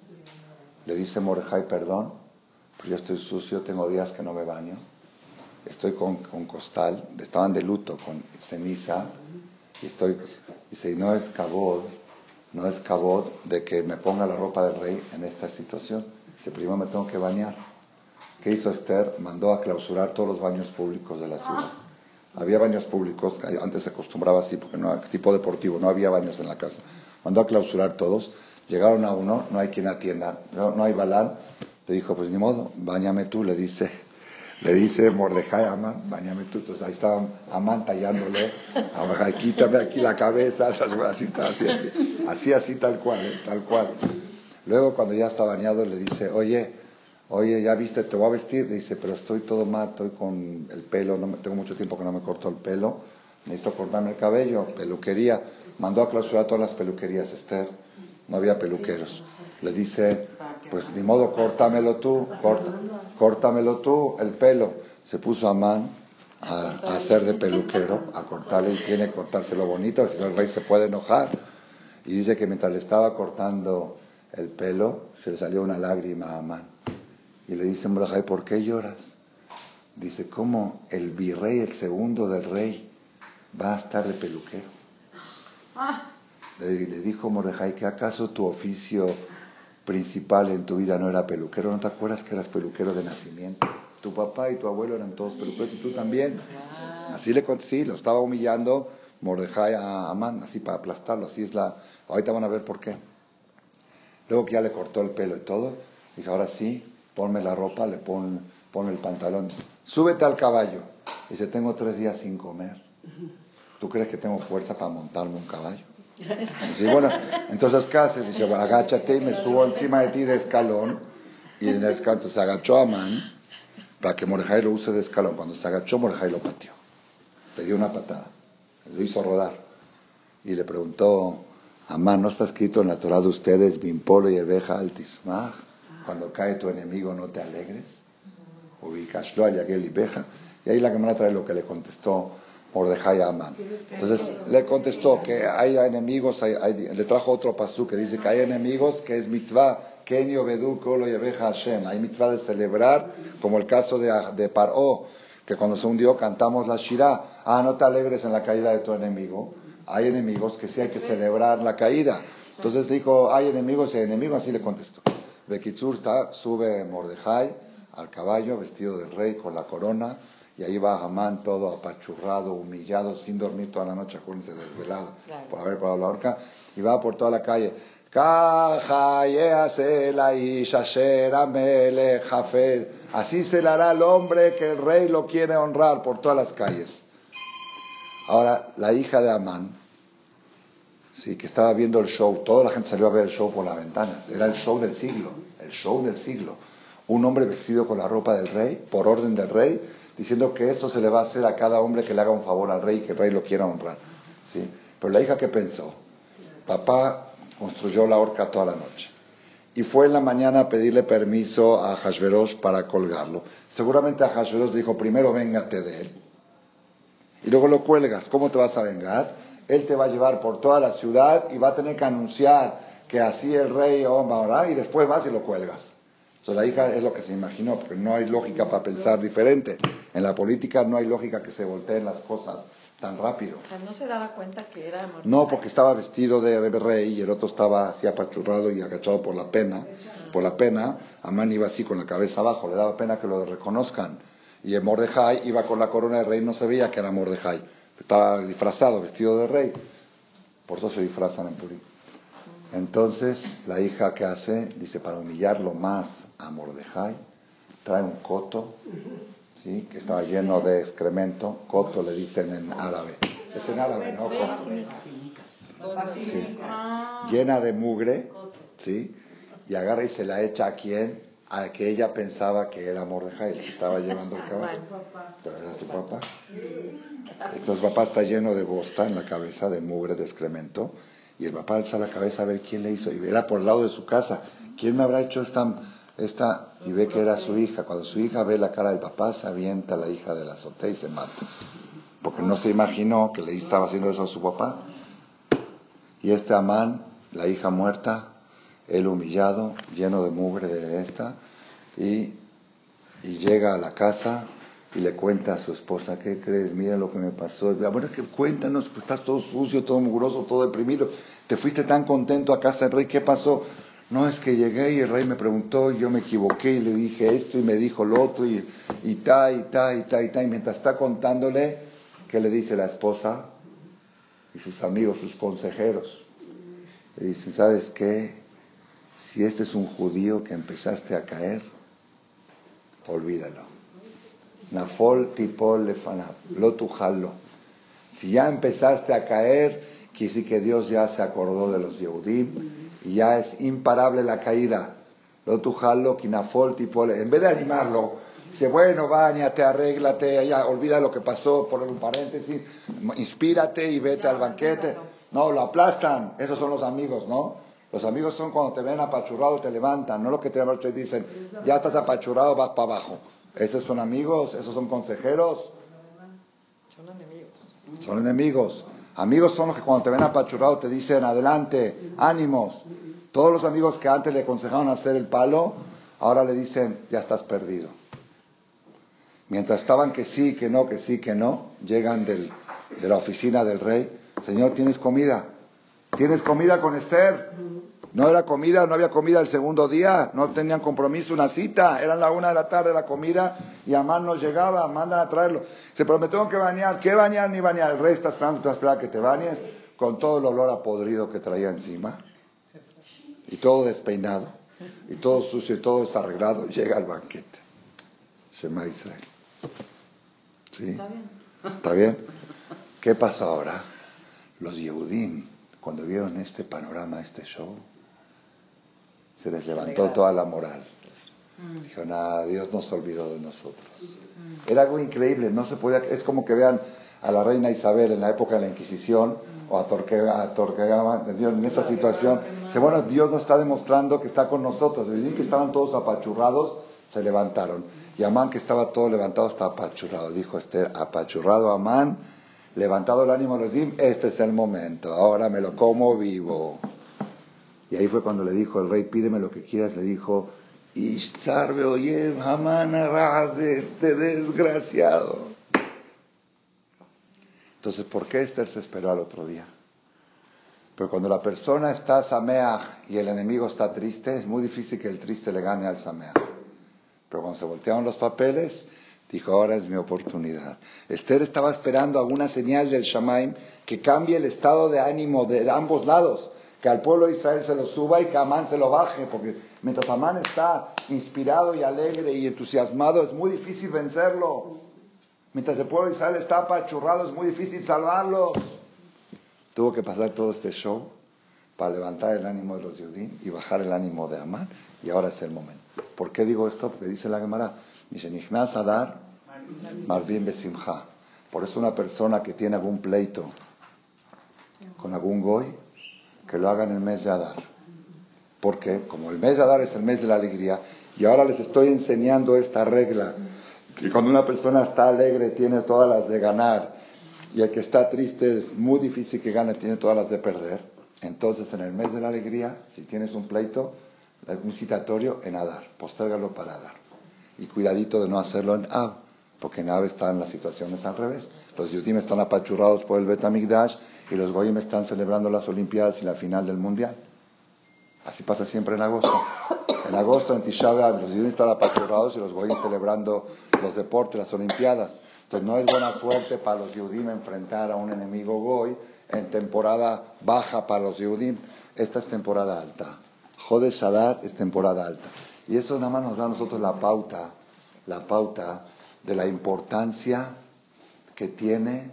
Le dice Mordejai, perdón, pero yo estoy sucio, tengo días que no me baño, estoy con, con costal, estaban de luto, con ceniza, y estoy, dice, y no es cabod, no es cabod de que me ponga la ropa del rey en esta situación. Dice, primero me tengo que bañar. ¿Qué hizo Esther? Mandó a clausurar todos los baños públicos de la ciudad. Había baños públicos, antes se acostumbraba así, porque no, tipo deportivo, no había baños en la casa. Mandó a clausurar todos, llegaron a uno, no hay quien atienda, no, no hay balán. Le dijo, pues ni modo, báñame tú, le dice, le dice Mordejai a Amán, báñame tú. Entonces ahí estaba Amán tallándole, Mordejai, quítame aquí la cabeza, así está, así, así, así, así, tal cual, ¿eh? Tal cual. Luego cuando ya está bañado le dice, oye, oye, ya viste, te voy a vestir. Le dice, pero estoy todo mal, estoy con el pelo, no me, tengo mucho tiempo que no me corto el pelo, necesito cortarme el cabello, peluquería. Mandó a clausurar todas las peluquerías, Esther, no había peluqueros. Le dice, pues ni modo, córtamelo tú, corta, córtamelo tú, el pelo. Se puso Amán a, a hacer de peluquero, a cortarle, y tiene que cortárselo bonito, si no el rey se puede enojar. Y dice que mientras le estaba cortando el pelo, se le salió una lágrima a Amán. Y le dice Mordejai, ¿por qué lloras? Dice, ¿cómo el virrey, el segundo del rey, va a estar de peluquero? Le, le dijo Mordejai, ¿que acaso tu oficio principal en tu vida no era peluquero? ¿No te acuerdas que eras peluquero de nacimiento? Tu papá y tu abuelo eran todos peluqueros y tú también. Así le contesté, sí, lo estaba humillando Mordejai a Amán, así para aplastarlo. Así es la. Ahorita van a ver por qué. Luego que ya le cortó el pelo y todo, dice, ahora sí, ponme la ropa, le pon, pon el pantalón, súbete al caballo. Dice, tengo tres días sin comer. ¿Tú crees que tengo fuerza para montarme un caballo? Dice, bueno, entonces ¿qué haces? Dice, bueno, agáchate y me subo encima de ti de escalón. Y en el escalón se agachó Amán para que Mordejai lo use de escalón. Cuando se agachó, Mordejai lo pateó. Le dio una patada. Lo hizo rodar. Y le preguntó, Amán, ¿no está escrito en la Torah de ustedes, Bimpolo y Ebeja al Tismach? Cuando cae tu enemigo, no te alegres. Ubicashlo al Yagel y Beja. Y ahí la Gemara trae lo que le contestó Mordejai a Amán. Entonces le contestó que hay enemigos, hay, hay, le trajo otro pasú que dice que hay enemigos que es mitzvah, Ken yovedu kolo yebeja Hashem. Hay mitzvah de celebrar, como el caso de, de Paró, que cuando se hundió cantamos la Shirah. Ah, no te alegres en la caída de tu enemigo. Hay enemigos que sí hay que celebrar la caída. Entonces dijo, hay enemigos y hay enemigos, así le contestó. Bekitsur sube Mordejai al caballo, vestido de rey, con la corona, y ahí va Amán todo apachurrado, humillado, sin dormir toda la noche, acuérdense, desvelado, claro, por haber parado la horca, y va por toda la calle. Así se le hará al hombre que el rey lo quiere honrar, por todas las calles. Ahora, la hija de Amán, sí, que estaba viendo el show, toda la gente salió a ver el show por las ventanas, era el show del siglo, el show del siglo. Un hombre vestido con la ropa del rey, por orden del rey, diciendo que eso se le va a hacer a cada hombre que le haga un favor al rey y que el rey lo quiera honrar. ¿Sí? Pero la hija, ¿qué pensó? Papá construyó la horca toda la noche y fue en la mañana a pedirle permiso a Ahasverosh para colgarlo. Seguramente Ahasverosh dijo, primero véngate de él y luego lo cuelgas. ¿Cómo te vas a vengar? Él te va a llevar por toda la ciudad y va a tener que anunciar que así el rey va a orar, y después vas y lo cuelgas. Entonces la hija es lo que se imaginó, porque no hay lógica para pensar diferente. En la política no hay lógica que se volteen las cosas tan rápido. O sea, ¿no se daba cuenta que era Mordejai? No, porque estaba vestido de rey y el otro estaba así apachurrado y agachado por la pena. por la pena, Amán iba así con la cabeza abajo, le daba pena que lo reconozcan. Y el Mordejai iba con la corona de rey, no se veía que era Mordejai. Estaba disfrazado, vestido de rey. Por eso se disfrazan en Purim. Entonces, la hija que hace, dice, para humillarlo más a Mordejai, trae un coto, ¿sí? Que estaba lleno de excremento. Coto le dicen en árabe. Es en árabe, ¿no? Sí. Llena de mugre, ¿sí? Y agarra y se la echa a quien, a que ella pensaba que era Mordejai, el que estaba llevando el caballo. Pero era su papá. Entonces el papá está lleno de bosta en la cabeza, de mugre, de excremento. Y el papá alza la cabeza a ver quién le hizo. Y era por el lado de su casa. ¿Quién me habrá hecho esta, esta? Y ve que era su hija. Cuando su hija ve la cara del papá, se avienta a la hija de la azotea y se mata. Porque no se imaginó que le estaba haciendo eso a su papá. Y este Amán, la hija muerta, él humillado, lleno de mugre de esta, y, y llega a la casa y le cuenta a su esposa, ¿qué crees? Mira lo que me pasó. Bueno, que cuéntanos, que estás todo sucio, todo mugroso, todo deprimido. Te fuiste tan contento a casa del rey, ¿qué pasó? No, es que llegué y el rey me preguntó, y yo me equivoqué y le dije esto y me dijo lo otro, y, y ta, y ta, y ta, y ta. Y mientras está contándole, ¿qué le dice la esposa? Y sus amigos, sus consejeros. Le dicen, ¿sabes qué? Si este es un judío que empezaste a caer, olvídalo. Nafol tipol lefanab, lo tujalo. Si ya empezaste a caer, quiere decir que Dios ya se acordó de los Yehudim y ya es imparable la caída. Lo tujalo, kinafol tipol. En vez de animarlo, dice, bueno, báñate, arréglate, ya olvida lo que pasó, por un paréntesis, inspírate y vete al banquete. No, lo aplastan. Esos son los amigos, ¿no? Los amigos son cuando te ven apachurrado, te levantan, no lo que te han hecho y dicen, ya estás apachurrado, vas para abajo. ¿Esos son amigos? ¿Esos son consejeros? Son enemigos. Son enemigos. Amigos son los que cuando te ven apachurrado te dicen, adelante, ánimos. Todos los amigos que antes le aconsejaron hacer el palo, ahora le dicen, ya estás perdido. Mientras estaban que sí, que no, que sí, que no, llegan del, de la oficina del rey, Señor, ¿tienes comida? ¿Tienes comida con Esther? No era comida, no había comida el segundo día, no tenían compromiso, una cita, eran la una de la tarde la comida y Amán no llegaba, mandan a traerlo. Se pero me tengo que bañar, ¿qué bañar ni bañar? El rey está esperando, tú esperas que te bañes con todo el olor a podrido que traía encima y todo despeinado y todo sucio y todo desarreglado, llega al banquete. Shema Israel. ¿Sí? ¿Está bien? ¿Está bien? ¿Qué pasa ahora? Los Yehudim, cuando vieron este panorama, este show, se les levantó toda la moral. Mm. Dijo, nada, Dios no se olvidó de nosotros. Mm. Era algo increíble, no se podía, es como que vean a la reina Isabel en la época de la Inquisición, mm. o a Torquemada, a Torquemada en esa situación. Dice, bueno, Dios nos está demostrando que está con nosotros. Desde que estaban todos apachurrados, se levantaron. Y Amán, que estaba todo levantado, estaba apachurrado. Dijo Esther, apachurrado Amán, levantado el ánimo de los Dim, este es el momento, ahora me lo como vivo. Y ahí fue cuando le dijo el rey, pídeme lo que quieras, le dijo, Ishtzarbe oyev Hamán arras de este desgraciado. Entonces, ¿por qué Esther se esperó al otro día? Pero cuando la persona está sameach y el enemigo está triste, es muy difícil que el triste le gane al sameach. Pero cuando se voltearon los papeles, dijo, ahora es mi oportunidad. Esther estaba esperando alguna señal del Shamaim que cambie el estado de ánimo de ambos lados, que al pueblo de Israel se lo suba y que Amán se lo baje, porque mientras Amán está inspirado y alegre y entusiasmado, es muy difícil vencerlo. Mientras el pueblo de Israel está apachurrado, es muy difícil salvarlos. Tuvo que pasar todo este show para levantar el ánimo de los Yehudim y bajar el ánimo de Amán, y ahora es el momento. ¿Por qué digo esto? Porque dice la Gemara, Mishenichnas Adar, Marbim Besimcha. Por eso una persona que tiene algún pleito con algún goy, que lo haga en el mes de Adar. Porque como el mes de Adar es el mes de la alegría, y ahora les estoy enseñando esta regla, que cuando una persona está alegre tiene todas las de ganar, y el que está triste es muy difícil que gane, tiene todas las de perder. Entonces en el mes de la alegría, si tienes un pleito, un citatorio en Adar, postérgalo para Adar. Y cuidadito de no hacerlo en Av, porque en Av están las situaciones al revés. Los Yudim están apachurrados por el Bet HaMikdash y los Goyim están celebrando las Olimpiadas y la final del Mundial. Así pasa siempre en agosto. En agosto, en Tisha B'Av, los judíos están apachurrados y los goyim celebrando los deportes, las olimpiadas. Entonces no es buena suerte para los judíos enfrentar a un enemigo goy en temporada baja para los judíos. Esta es temporada alta. Jodesh Adar es temporada alta. Y eso nada más nos da a nosotros la pauta, la pauta de la importancia que tiene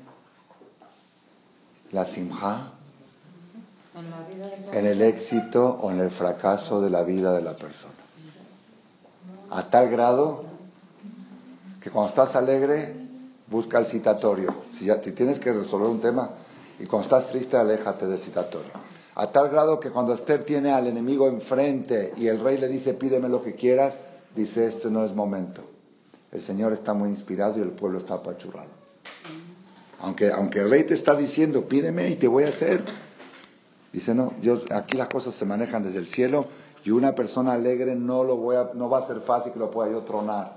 la simjá En la vida de en el éxito o en el fracaso de la vida de la persona. A tal grado que cuando estás alegre, busca el citatorio. Si, ya, si tienes que resolver un tema y cuando estás triste, aléjate del citatorio. A tal grado que cuando Esther tiene al enemigo enfrente y el rey le dice, pídeme lo que quieras, dice, este no es momento. El Señor está muy inspirado y el pueblo está apachurrado. Aunque, aunque el rey te está diciendo, pídeme y te voy a hacer. Dice, no, yo, aquí las cosas se manejan desde el cielo y una persona alegre no, lo voy a, no va a ser fácil que lo pueda yo tronar.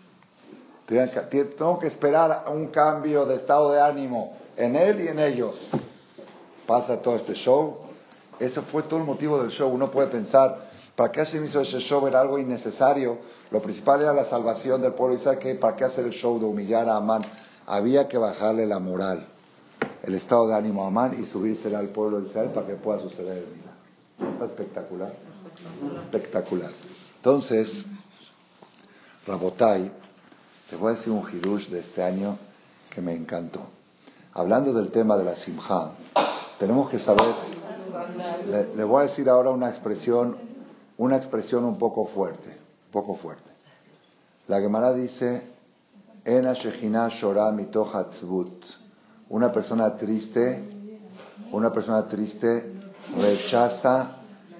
Tengo que esperar un cambio de estado de ánimo en él y en ellos. Pasa todo este show. Ese fue todo el motivo del show. Uno puede pensar, ¿para qué Hashem hizo ese show? Era algo innecesario. Lo principal era la salvación del pueblo. ¿Y sabe qué? ¿Para qué hacer el show de humillar a Amán? Había que bajarle la moral, el estado de ánimo a Amán y subírsela al pueblo de Israel para que pueda suceder el milagro. Está espectacular. Espectacular. Entonces, Rabotai, les voy a decir un hidush de este año que me encantó. Hablando del tema de la simjá, tenemos que saber, le, le voy a decir ahora una expresión, una expresión un poco fuerte, un poco fuerte. La Gemara dice, Ena shechina shora mitoch hatzvut. Una persona triste, una persona triste rechaza,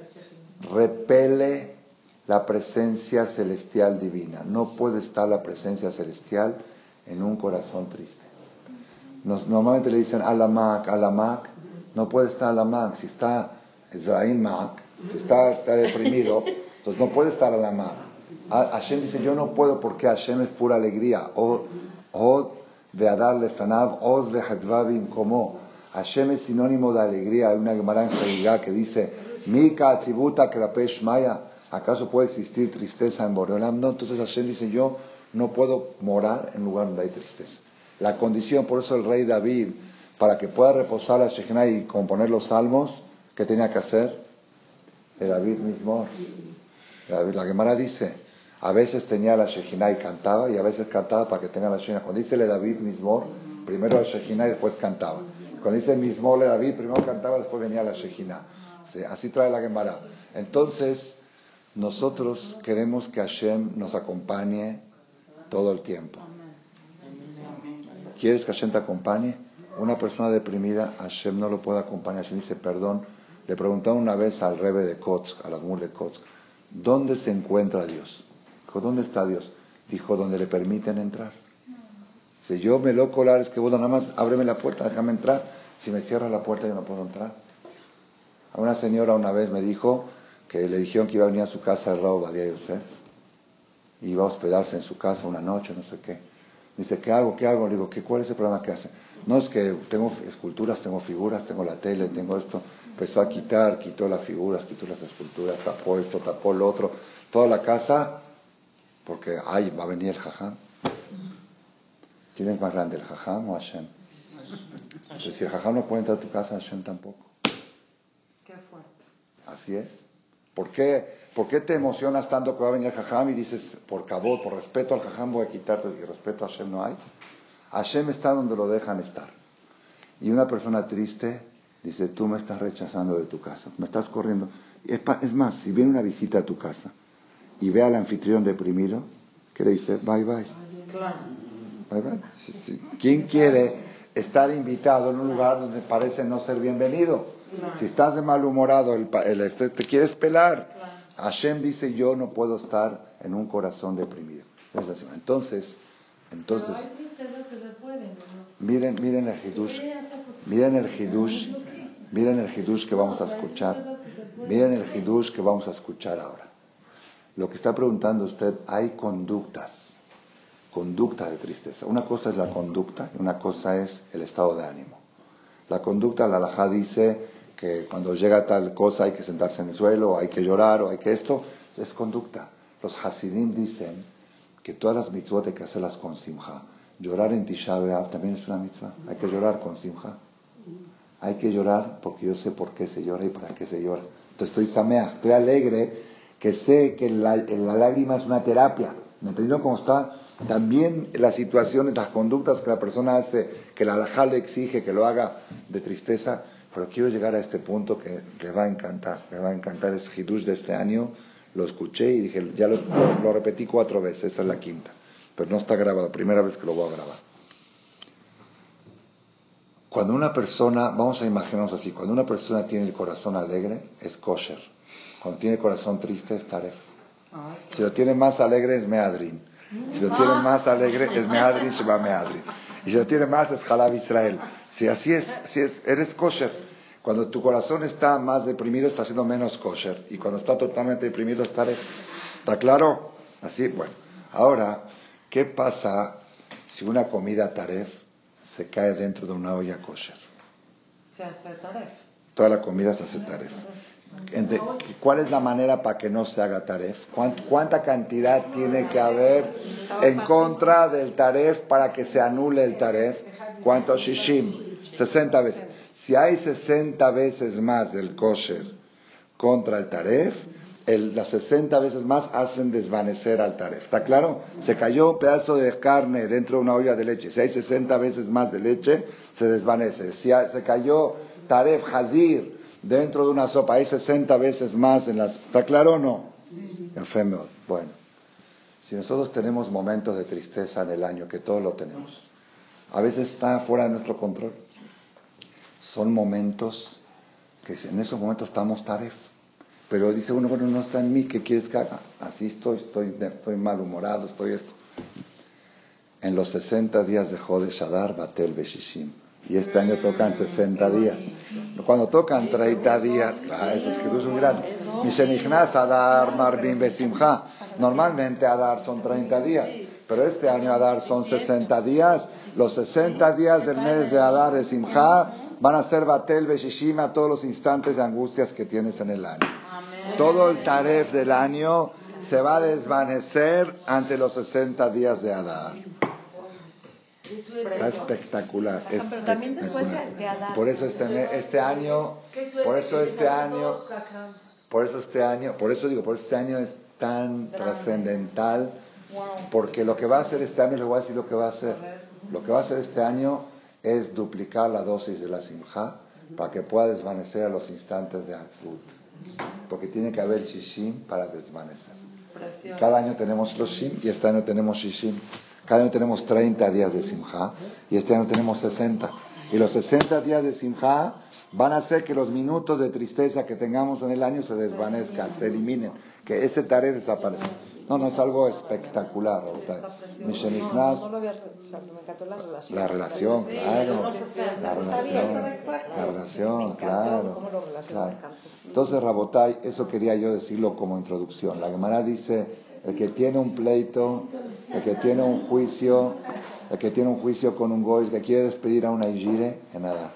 repele la presencia celestial divina. No puede estar la presencia celestial en un corazón triste. Nos, normalmente le dicen alamak, alamak. No puede estar alamak. Si está Ezraín mak, si está, está deprimido, entonces no puede estar alamak. Hashem dice, yo no puedo porque Hashem es pura alegría. Od de Adar lefanav, oz de hadvavim como. Hashem es sinónimo de alegría. Hay una Gemara en Jerigá que dice, Mika atzibuta krapesh maya. ¿Acaso puede existir tristeza en Boreolam? No, entonces Hashem dice, yo no puedo morar en lugar donde hay tristeza. La condición, por eso el rey David, para que pueda reposar la Shekhinah y componer los salmos, ¿qué tenía que hacer? El David mismo. La Gemara dice, a veces tenía la Shekhinah y cantaba, y a veces cantaba para que tenga la Shekhinah. Cuando dice el David mismo, primero la Shekhinah y después cantaba. Cuando dice mismo el David, primero cantaba, después venía la Shekhinah. Sí, así trae la Gemara. Entonces, nosotros queremos que Hashem nos acompañe todo el tiempo. ¿Quieres que Hashem te acompañe? Una persona deprimida, Hashem no lo puede acompañar. Hashem dice, perdón. Le preguntaron una vez al Rebbe de Kotsk, al Admur de Kotsk, ¿dónde se encuentra Dios? Dijo, ¿dónde está Dios? Dijo, donde le permiten entrar. Si yo me lo colar, es que vos nada más ábreme la puerta, déjame entrar. Si me cierras la puerta, yo no puedo entrar. A una señora una vez me dijo que le dijeron que iba a venir a su casa el Rav Ovadia Yosef y iba a hospedarse en su casa una noche, no sé qué. Me dice, ¿qué hago? ¿Qué hago? Le digo, ¿qué, ¿cuál es el problema que hace? No, es que tengo esculturas, tengo figuras, tengo la tele, tengo esto. Empezó a quitar, quitó las figuras, quitó las esculturas, tapó esto, tapó lo otro. Toda la casa, porque ay, va a venir el jajam. ¿Quién es más grande, el jajam o Hashem? Entonces, si el jajam no puede entrar a tu casa, Hashem tampoco. Qué fuerte. Así es. ¿Por qué, ¿Por qué te emocionas tanto que va a venir el jajam y dices, por cabot, por respeto al jajam voy a quitarte, y respeto a Hashem no hay? Hashem está donde lo dejan estar. Y una persona triste dice, tú me estás rechazando de tu casa, me estás corriendo. Es, pa, es más, si viene una visita a tu casa y ve al anfitrión deprimido, ¿qué le dice? Bye, bye. Claro. Bye, bye. Si, si, ¿quién quiere estar invitado en un lugar donde parece no ser bienvenido? Claro. Si estás de malhumorado, el, el, este, te quieres pelar. Claro. Hashem dice, yo no puedo estar en un corazón deprimido. Entonces, entonces, Pero hay tristezas que se pueden, ¿no? miren, miren el hidush, miren el hidush, miren el hidush que vamos a escuchar, miren el hidush que vamos a escuchar ahora. Lo que está preguntando usted, hay conductas, conducta de tristeza. Una cosa es la conducta y una cosa es el estado de ánimo. La conducta, la halajá dice que cuando llega tal cosa hay que sentarse en el suelo, o hay que llorar, o hay que esto, es conducta. Los Hasidim dicen que todas las mitzvot hay que hacerlas con simja. Llorar en Tisha B'Av también es una mitzvah. Hay que llorar con simja. Hay que llorar porque yo sé por qué se llora y para qué se llora. Entonces estoy sameach, estoy alegre, que sé que la, la lágrima es una terapia. ¿Me entendieron cómo está? También las situaciones, las conductas que la persona hace, que la halajá le exige que lo haga de tristeza. Pero quiero llegar a este punto que les va a encantar. Les va a encantar, es Hidush de este año. Lo escuché y dije, ya lo, lo, lo repetí cuatro veces, esta es la quinta. Pero no está grabado, primera vez que lo voy a grabar. Cuando una persona, vamos a imaginarnos así, cuando una persona tiene el corazón alegre, es kosher. Cuando tiene el corazón triste, es taref. Si lo tiene más alegre, es meadrin. Si lo tiene más alegre, es meadrin, sheba meadrin. Y si lo tiene más, es halab Israel. Si así es, si es, eres kosher. Cuando tu corazón está más deprimido, está siendo menos kosher. Y cuando está totalmente deprimido, es taref. ¿Está claro? Así, bueno. Ahora, ¿qué pasa si una comida taref se cae dentro de una olla kosher? Se hace taref. Toda la comida se hace taref. ¿Cuál es la manera para que no se haga taref? ¿Cuánta cantidad tiene que haber en contra del taref para que se anule el taref? ¿Cuánto? Shishim. sesenta veces. Si hay sesenta veces más del kosher contra el taref, el, las sesenta veces más hacen desvanecer al taref. ¿Está claro? Se cayó un pedazo de carne dentro de una olla de leche. Si hay sesenta veces más de leche, se desvanece. Si hay, se cayó taref, hazir, dentro de una sopa, hay sesenta veces más en las... ¿Está claro o no? Sí. Bueno, si nosotros tenemos momentos de tristeza en el año, que todos lo tenemos, a veces está fuera de nuestro control. Son momentos que en esos momentos estamos taref. Pero dice uno, bueno, no está en mí, ¿qué quieres que haga? Así estoy, estoy, estoy malhumorado, estoy esto. En los sesenta días de Jodesh Adar, Batel Beshishim. Y este año tocan sesenta días. Cuando tocan treinta días, claro, eso es que es un grande. Mishenichnas Adar, Marbim Besimcha. Normalmente Adar son treinta días, pero este año Adar son sesenta días. Los sesenta días del mes de Adar de Simcha van a ser Batel Beshishim a todos los instantes de angustias que tienes en el año. Amén. Todo el taref del año se va a desvanecer ante los sesenta días de Adar. Está espectacular, Pero también después de Adar. Por eso este, este año, por eso este año, por eso este año, por eso digo, por este año es tan trascendental, porque lo que va a hacer este año, les voy a decir lo que va a hacer. Lo que va a hacer este año es duplicar la dosis de la simja para que pueda desvanecer a los instantes de Atzlut. Porque tiene que haber shishim para desvanecer. Cada año tenemos los shim y este año tenemos shishim. Cada año tenemos treinta días de simja y este año tenemos sesenta. Y los sesenta días de simja van a hacer que los minutos de tristeza que tengamos en el año se desvanezcan, se eliminen, que ese tarea desaparezca. No, no, es algo espectacular. Mishenichnas, la relación, claro, la relación, la relación, claro, claro. Entonces, Rabotai, eso quería yo decirlo como introducción. La Gemara dice, el que tiene un pleito, el que tiene un juicio, el que tiene un juicio con un goy, el que quiere despedir a una Ijire, en nada.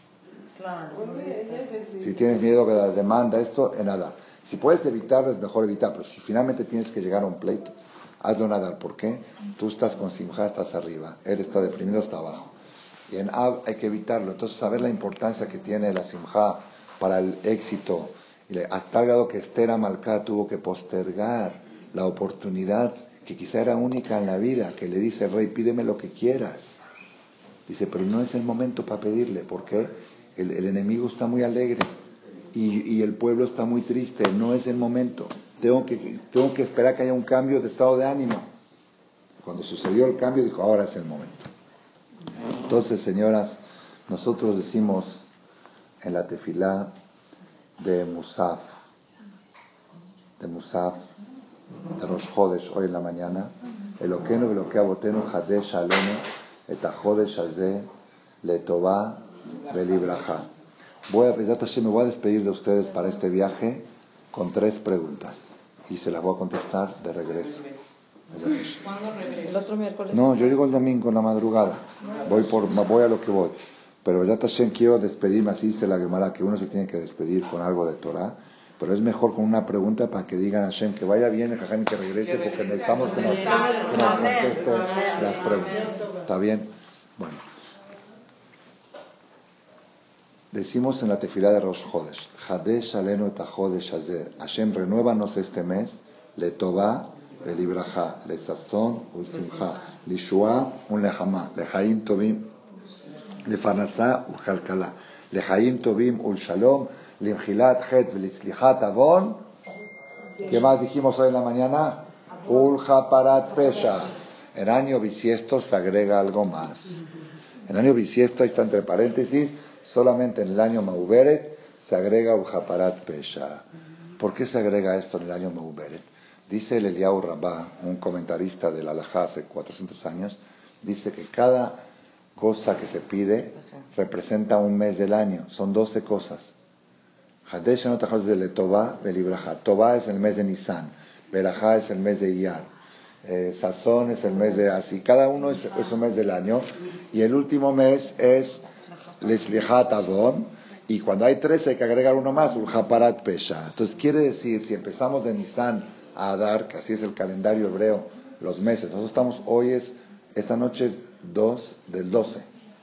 Si tienes miedo que la demanda esto, en nada. Si puedes evitarlo, es mejor evitar, pero si finalmente tienes que llegar a un pleito, hazlo nadar. ¿Por qué? Tú estás con simja, estás arriba, él está deprimido, está abajo. Y en Ab hay que evitarlo. Entonces, saber la importancia que tiene la simja para el éxito, hasta tal grado que Esther Amalcá tuvo que postergar la oportunidad que quizá era única en la vida, que le dice el rey, pídeme lo que quieras. Dice, pero no es el momento para pedirle, porque el, el enemigo está muy alegre. Y, y el pueblo está muy triste, no es el momento, tengo que, tengo que esperar que haya un cambio de estado de ánimo. Cuando sucedió el cambio dijo, ahora es el momento. Entonces, señoras, nosotros decimos en la tefilá de Musaf, de Musaf, de Rosh Chodesh, hoy en la mañana, Eloqueno veloquea botenu hadesh alenu et hachodesh hazeh letová velibraja. Voy a, me voy a despedir de ustedes para este viaje con tres preguntas y se las voy a contestar de regreso. El otro miércoles. No, yo llego el domingo en la madrugada. Voy por, voy a lo que voy. pero ya Hashem quiero despedirme, así dice la Gemara, que uno se tiene que despedir con algo de Torah, pero es mejor con una pregunta para que digan a Hashem que vaya bien el Jajam y que regrese, porque necesitamos que nos, que nos conteste las preguntas. ¿Está bien? Bueno. Decimos en la tefilá de Rosh Chodesh, Hadesh alenu et hachodesh hazeh, Hashem, renuévanos este mes, le tová, le libraja, le sazón, ul simcha, le shua, un lejamá, le haim tovim, le farnasá, ul chalkalá, le haim tovim, ul shalom, le imjilat het, le tzlichat avon. ¿Qué más dijimos hoy en la mañana? Ul haparat pesha. En año bisiesto se agrega algo más. En año bisiesto, ahí está entre paréntesis, solamente en el año Mauberet se agrega Ujaparat Pesha. ¿Por qué se agrega esto en el año Mauberet? Dice el Eliyahu Rabbah, un comentarista del Halajá hace cuatrocientos años, dice que cada cosa que se pide representa un mes del año. Son doce cosas. Hadesh no tajos de Letová, Belibraja. Tová es el mes de Nisan, Berajá es el mes de Iyar, eh, Sazón es el mes de Así. Cada uno es, es un mes del año. Y el último mes es Leslihat Avon, y cuando hay tres hay que agregar uno más, Ulhaparat Pesha. Entonces quiere decir, si empezamos de Nisan a Adar, que así es el calendario hebreo, los meses, nosotros estamos, hoy es, esta noche es dos del doce,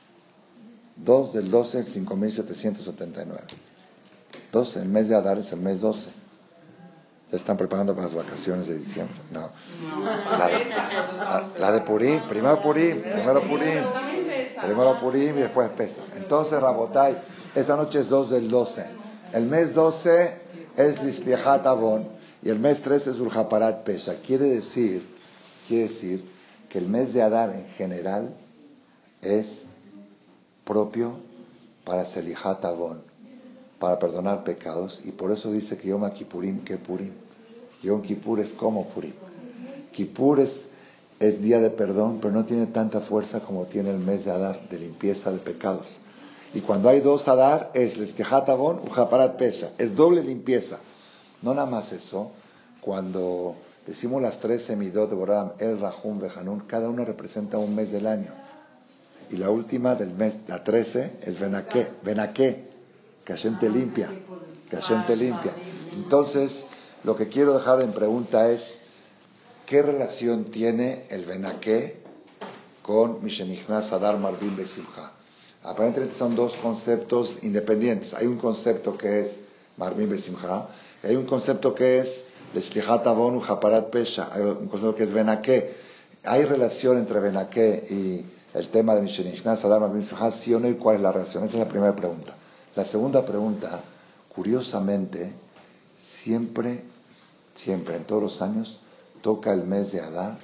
dos del doce, cinco mil setecientos setenta y nueve. doce, el mes de Adar es el mes doce. ¿Ya están preparando para las vacaciones de diciembre? No. La de, la, la de Purim, primero Purim, primero Purim. Primero Purim y después Pesach. Entonces, Rabotai, esta noche es dos del doce. El mes doce es Lislihat Avon y el mes trece es Urjaparat Pesach. Quiere decir, quiere decir que el mes de Adar en general es propio para Selihat Avon, para perdonar pecados, y por eso dice que Yom Kippurim, que Purim. Yom Kippur es como Purim. Kippur es Es día de perdón, pero no tiene tanta fuerza como tiene el mes de Adar, de limpieza de pecados. Y cuando hay dos Adar, es Leskehat Avon, Ujaparat Pesha. Es doble limpieza. No nada más eso. Cuando decimos las tres semidot de Boram, El, Rahum, Behanun, cada uno representa un mes del año. Y la última del mes, la trece, es Benaké. Benaké, que Hashem te limpia. Que Hashem te limpia. Entonces, lo que quiero dejar en pregunta es, ¿qué relación tiene el Benaké con Mishenichnas Adar Marvin Besimcha? Aparentemente son dos conceptos independientes. Hay un concepto que es Marvin Besimcha, y hay un concepto que es Leslihat Avon Ujaparat Pesha. Hay un concepto que es Benaké. ¿Hay relación entre Benaké y el tema de Mishenichnas Adar Marvin Besimcha? ¿Sí o no? ¿Y cuál es la relación? Esa es la primera pregunta. La segunda pregunta, curiosamente, siempre, siempre, en todos los años, toca el mes de Adar,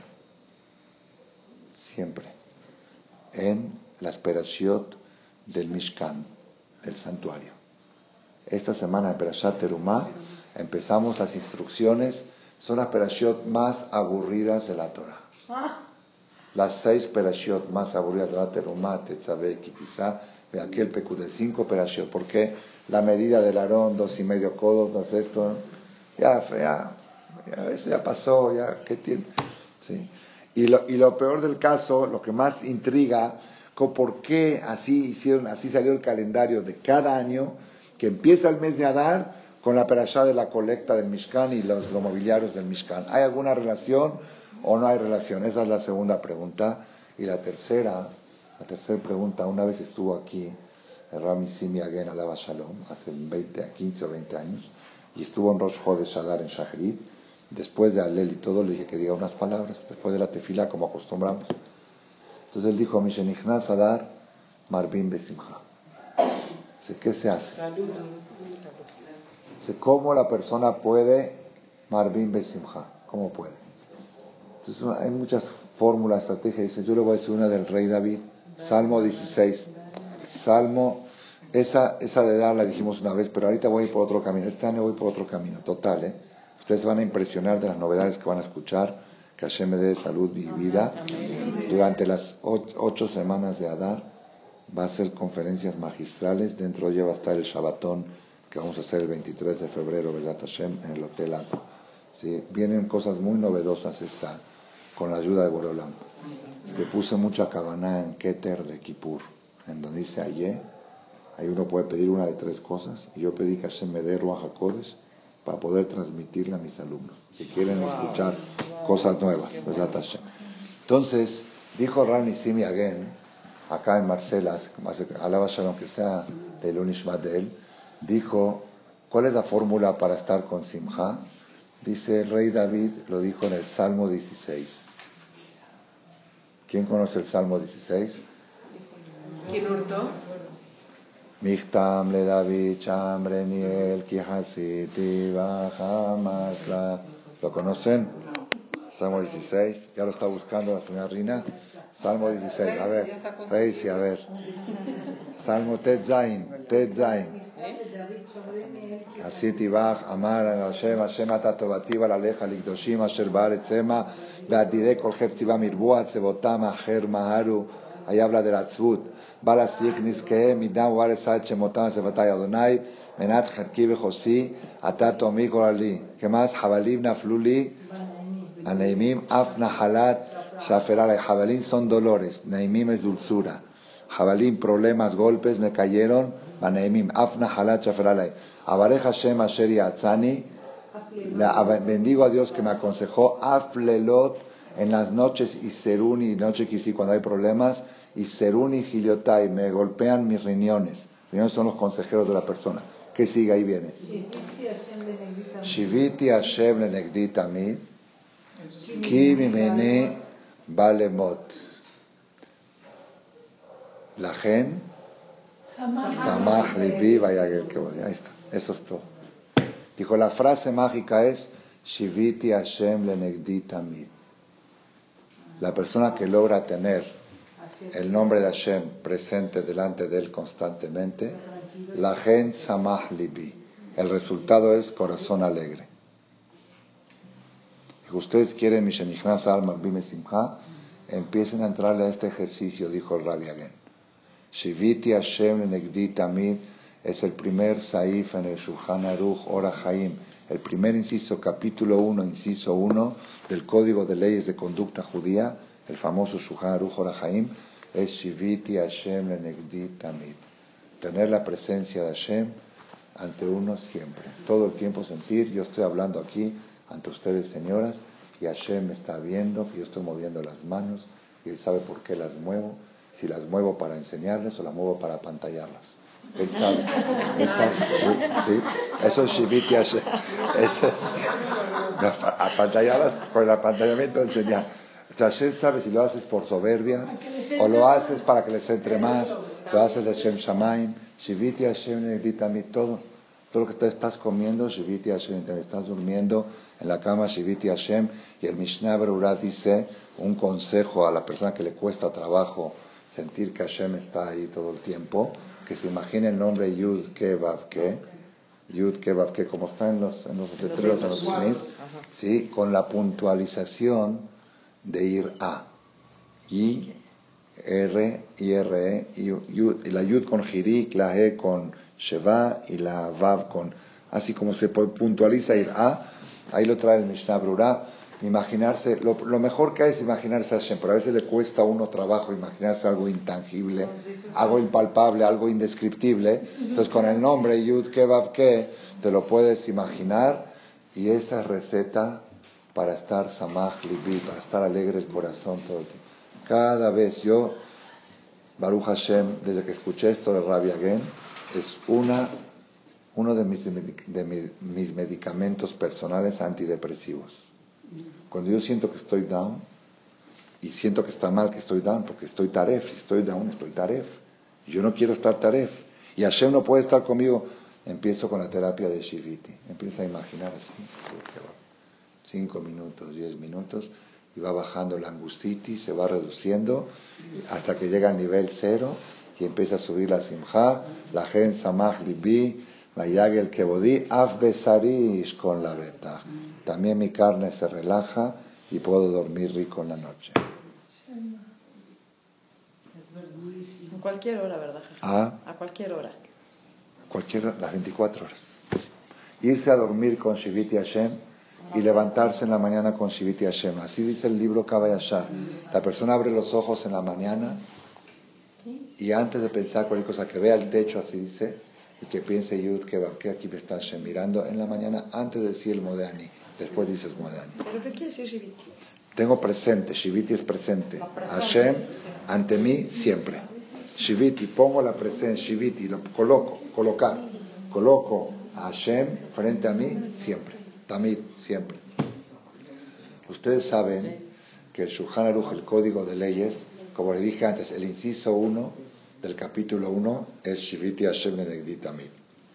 siempre, en las Perashiot del Mishkan, del santuario. Esta semana en Perashat Terumá empezamos las instrucciones, son las Perashiot más aburridas de la Torah. Las seis Perashiot más aburridas de la Terumá, Tetzaveh, Kitizá, de aquel Pekú de cinco Perashiot, porque la medida del Aarón, dos y medio codos, no sé esto, ya, ya, ya, eso ya pasó, ya, ¿qué tiene? ¿Sí? Y lo, y lo peor del caso, lo que más intriga, ¿por qué así hicieron, así salió el calendario de cada año, que empieza el mes de Adar con la perashá de la colecta del Mishkan y los, los mobiliarios del Mishkan? ¿Hay alguna relación o no hay relación? Esa es la segunda pregunta. Y la tercera, la tercera pregunta, una vez estuvo aquí el Rami Simi Agen Alaba Shalom, hace veinte, quince o veinte años, y estuvo en Rosh Chodesh Adar en Shachrit. Después de Alel y todo, le dije que diga unas palabras, después de la tefila, como acostumbramos. Entonces él dijo, Mishenichnas Adar Marvin Besimcha. Dice, ¿qué se hace? Dice, ¿cómo la persona puede Marvin Besimcha? ¿Cómo puede? Entonces hay muchas fórmulas, estrategias. Dice, yo le voy a decir una del rey David, Salmo dieciséis. Salmo, esa, esa de Dar la dijimos una vez, pero ahorita voy a ir por otro camino. Este año voy por otro camino, total, ¿eh? Ustedes van a impresionar de las novedades que van a escuchar. Que Hashem me dé salud y vida. Durante las ocho, ocho semanas de Adar va a ser conferencias magistrales. Dentro de ella va a estar el Shabbatón que vamos a hacer el veintitrés de febrero, Bezrat Hashem, en el Hotel Aqua. ¿Sí? Vienen cosas muy novedosas esta, con la ayuda de Borolam. Es que puse mucha cabana en Keter de Kippur. en donde dice Ayé, ahí uno puede pedir una de tres cosas, y yo pedí que Hashem me dé Ruach HaKodesh para poder transmitirle a mis alumnos, que quieren escuchar cosas nuevas. Entonces, dijo Rani Simi Agen, acá en Marcelas, alaba Shalom, que sea el Unishmat de él, dijo, ¿cuál es la fórmula para estar con Simcha? Dice el rey David, lo dijo en el Salmo dieciséis. ¿Quién conoce el Salmo dieciséis? ¿Quién hurtó? Michtam le David chambre niel ki hasiti bajamatla. ¿Lo conocen? Salmo dieciséis. Ya lo está buscando la señora Rina. Salmo dieciséis. A ver, Reisi, a ver. Salmo Tet Zain. Tet Zain. Hasiti baj amar al Hashem Hashem ata tovati valaleja likdoshim asher baaretz ema ve'adidei kol heftzivah mirbuat sevotam acher maharu. Ahí habla de la tzvut. Bala signis que midam varesat shemotam sevatay Adonai menat charki bechosi atato amigo ali. ¿Qué más? Jabalim nafluli aneimim af nahalat shaferalay. Jabalín son dolores, neimim es dulzura. Jabalín, problemas, golpes, me cayeron. Baneimim af nahalat shaferalay. Abarej Hashem asher yatzani. Bendigo a Dios que me aconsejó af lelot en las noches y seruni y noche quisi cuando hay problemas. Y Seruni y Giliotai, me golpean mis riñones. Riñones son los consejeros de la persona. ¿Qué sigue? Ahí viene. Shiviti Hashem lenegdi tamid, ki mimeni balemot. Lachen, samach libi vayagel kevodi. Ahí está. Eso es todo. Dijo, la frase mágica es Shiviti Hashem lenegdi tamid. La persona que logra tener el nombre de Hashem presente delante de él constantemente, la gen samah libi, el resultado es corazón alegre. Si ustedes quieren Mishenichnas al Marbim Simcha, empiecen a entrarle a este ejercicio, dijo el Rabbi Agen. Shiviti Hashem lenegdi tamid es el primer saif en el Shulchan Aruch Ora Chaim, el primer inciso, capítulo uno, inciso uno del Código de Leyes de Conducta Judía, el famoso Shulchan Aruch Ora Chaim, es Shiviti Hashem lenegdi tamid. Tener la presencia de Hashem ante uno siempre. Todo el tiempo sentir, yo estoy hablando aquí ante ustedes, señoras, y Hashem me está viendo, que yo estoy moviendo las manos, y Él sabe por qué las muevo, si las muevo para enseñarles o las muevo para apantallarlas. Él sabe, Él sabe, ¿sí? Eso es Shiviti Hashem. Eso es apantallarlas con el apantallamiento, enseñar. O sea, Hashem sabe si lo haces por soberbia o lo haces para que les entre más, lo haces de Shem Shamaim, Shiviti Hashem lenegdi tamid, todo, todo lo que te estás comiendo, Shiviti Hashem, te estás durmiendo en la cama, Shiviti Hashem, y el Mishnah Berurah dice un consejo a la persona que le cuesta trabajo sentir que Hashem está ahí todo el tiempo, que se imagine el nombre Yud Ke Vav Ke, Yud Ke Vav Ke, como está en los, en los letreros, en los finis, ¿sí? Con la puntualización de ir a y R, I R E, y, y la Yud con Jirik, la E con Sheva y la Vav con, así como se puntualiza ir a, ahí lo trae el Mishnah Berurah. Imaginarse, lo, lo mejor que hay es imaginarse a Hashem, pero a veces le cuesta a uno trabajo imaginarse algo intangible, algo impalpable, algo indescriptible. Entonces con el nombre Yud Ke Vav Ke te lo puedes imaginar, y esa receta para estar samach libi, para estar alegre el corazón todo el tiempo. Cada vez yo, Baruch Hashem, desde que escuché esto de Rabbi Agen, es una, uno de mis, de mis, mis medicamentos personales antidepresivos. Cuando yo siento que estoy down, y siento que está mal que estoy down, porque estoy taref, si estoy down, estoy taref. Yo no quiero estar taref, y Hashem no puede estar conmigo, empiezo con la terapia de Shiviti. Empiezo a imaginar así, cinco minutos, diez minutos, y va bajando la angustitis, se va reduciendo hasta que llega al nivel cero y empieza a subir la simcha, la gen samach libi, vayagel kevodi, af besarish con la beta. También mi carne se relaja y puedo dormir rico en la noche. En cualquier hora, ¿verdad, Jesús? ¿Ah? A cualquier hora. Cualquier, las veinticuatro horas. Irse a dormir con Shiviti Hashem y levantarse en la mañana con Shiviti Hashem. Así dice el libro Kavayashar. La persona abre los ojos en la mañana y antes de pensar cualquier cosa, que vea el techo, así dice, y que piense Yud, que va, que aquí me está Hashem mirando en la mañana, antes de decir el Modani, después dices Modani. ¿Pero qué quiere decir Shiviti? Tengo presente, Shiviti es presente. Hashem ante mí siempre. Shiviti, pongo la presencia, Shiviti, lo coloco, colocar, coloco a Hashem frente a mí siempre. Tamid, siempre. Ustedes saben que el Shulchan Aruch, el código de leyes, como le dije antes, el inciso uno del capítulo uno es Shiviti Hashem Lenegdi Tamid.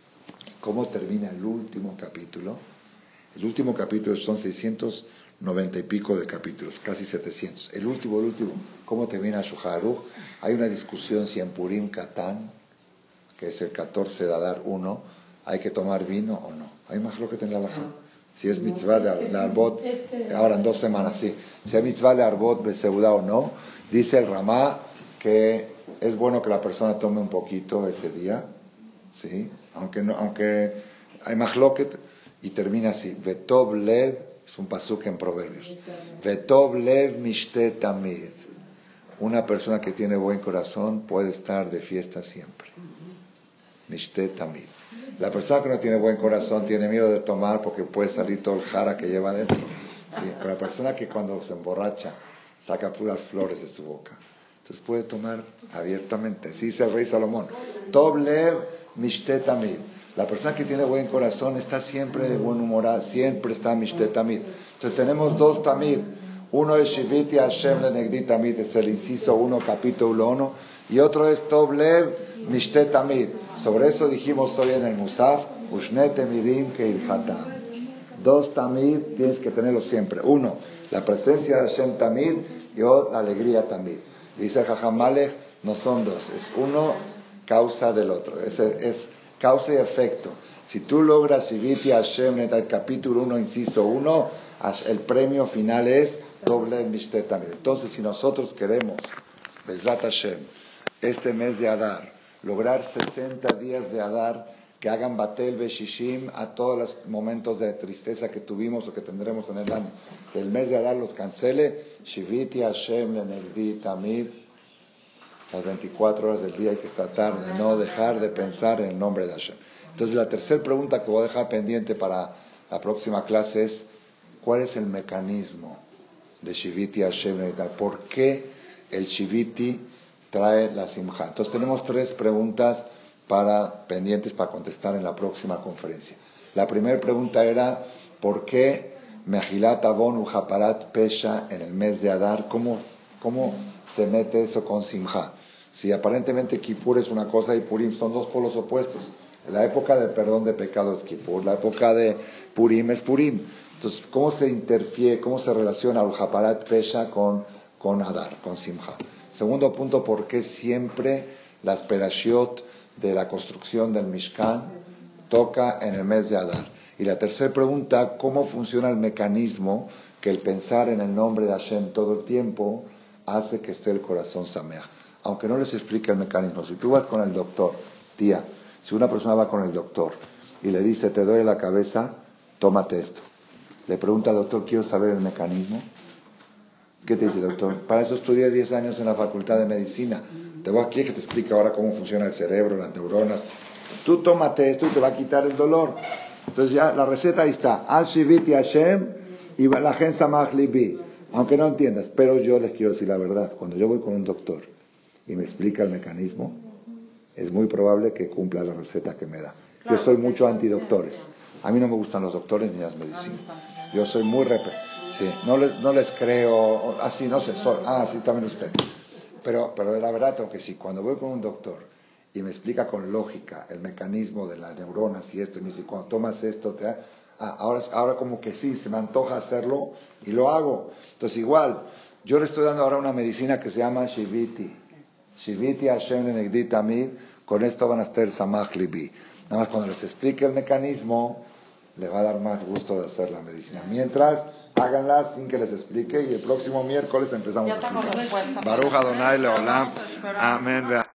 ¿Cómo termina el último capítulo? El último capítulo son seiscientos noventa y pico de capítulos, casi setecientos. El último, el último, ¿cómo termina Shulchan Aruch? Hay una discusión si en Purim Katán, que es el catorce de Adar uno, hay que tomar vino o no. Hay más lo que tener la halajá. Si es mitzvah de arbot, ahora en dos semanas, sí. Si es mitzvah de arbot, beseudá o no, dice el Ramá que es bueno que la persona tome un poquito ese día, sí, aunque no, aunque hay machloket, y termina así, Vetov lev, es un pasuk en Proverbios, Vetov lev mishte tamid, una persona que tiene buen corazón puede estar de fiesta siempre, mishte tamid. La persona que no tiene buen corazón tiene miedo de tomar porque puede salir todo el jara que lleva dentro, sí, pero la persona que cuando se emborracha saca puras flores de su boca, entonces puede tomar abiertamente. Así dice el rey Salomón. Tov lev mishte tamid. La persona que tiene buen corazón está siempre de buen humor, siempre está mishte tamid. Entonces tenemos dos tamid. Uno es Shiviti Hashem Lenegdi Tamid, es el inciso uno, capítulo uno. Y otro es Tov lev mishte tamid. Sobre eso dijimos hoy en el Musaf, Ushne temidim keilhatam. Dos tamid tienes que tenerlo siempre. Uno, la presencia de Hashem tamid, y otro, la alegría tamid. Dice Jajam Malech, no son dos, es uno causa del otro, es, es causa y efecto. Si tú logras Shiviti Hashem en el capítulo uno, inciso uno, el premio final es doble mishte tamid. Entonces, si nosotros queremos, Bezrat Hashem, este mes de Adar, lograr sesenta días de Adar, que hagan Batel Beshishim a todos los momentos de tristeza que tuvimos o que tendremos en el año, que el mes de Adar los cancele, Shiviti Hashem Lenegdi Tamid, las veinticuatro horas del día hay que tratar de no dejar de pensar en el nombre de Hashem. Entonces la tercera pregunta que voy a dejar pendiente para la próxima clase es, ¿cuál es el mecanismo de Shiviti Hashem Lenegdi Tamid? ¿Por qué el Shiviti trae la simja? Entonces tenemos tres preguntas para pendientes para contestar en la próxima conferencia. La primera pregunta era, ¿por qué Mejilat Avon Ujaparat Pesha en el mes de Adar? ¿Cómo, cómo se mete eso con simja? Si aparentemente Kippur es una cosa y Purim son dos polos opuestos. La época de perdón de pecado es Kippur, la época de Purim es Purim. Entonces, ¿cómo se interfiere, cómo se relaciona Ujaparat Pesha con, con Adar, con simja? Segundo punto, ¿por qué siempre las perashiot de la construcción del Mishkan toca en el mes de Adar? Y la tercera pregunta, ¿cómo funciona el mecanismo que el pensar en el nombre de Hashem todo el tiempo hace que esté el corazón sameach? Aunque no les explique el mecanismo. Si tú vas con el doctor, tía, si una persona va con el doctor y le dice, te duele la cabeza, tómate esto. Le pregunta al doctor, quiero saber el mecanismo. ¿Qué te dice, doctor? Para eso estudié diez años en la facultad de medicina. Te voy aquí que te explique ahora cómo funciona el cerebro, las neuronas. Tú tómate esto y te va a quitar el dolor. Entonces ya la receta ahí está. Al Shiviti Hashem y la gen samach libi. Aunque no entiendas, pero yo les quiero decir la verdad. Cuando yo voy con un doctor y me explica el mecanismo, es muy probable que cumpla la receta que me da. Yo soy mucho antidoctores. A mí no me gustan los doctores ni las medicinas. Yo soy muy repe. Sí, no les, no les creo. Así, ah, no sé. Soy, ah, sí, también usted. Pero, pero de la verdad tengo que sí. Cuando voy con un doctor y me explica con lógica el mecanismo de las neuronas y esto, y me dice, cuando tomas esto, te da, ah, ahora, ahora como que sí, se me antoja hacerlo y lo hago. Entonces igual, yo le estoy dando ahora una medicina que se llama Shiviti. Shiviti Hashem Lenegdi Tamid. Con esto van a estar Samach Libi. Nada más cuando les explique el mecanismo, le va a dar más gusto de hacer la medicina. Mientras, háganla sin que les explique y el próximo miércoles empezamos. Ya tengo respuesta. Baruch Adonai Leolam. Amén.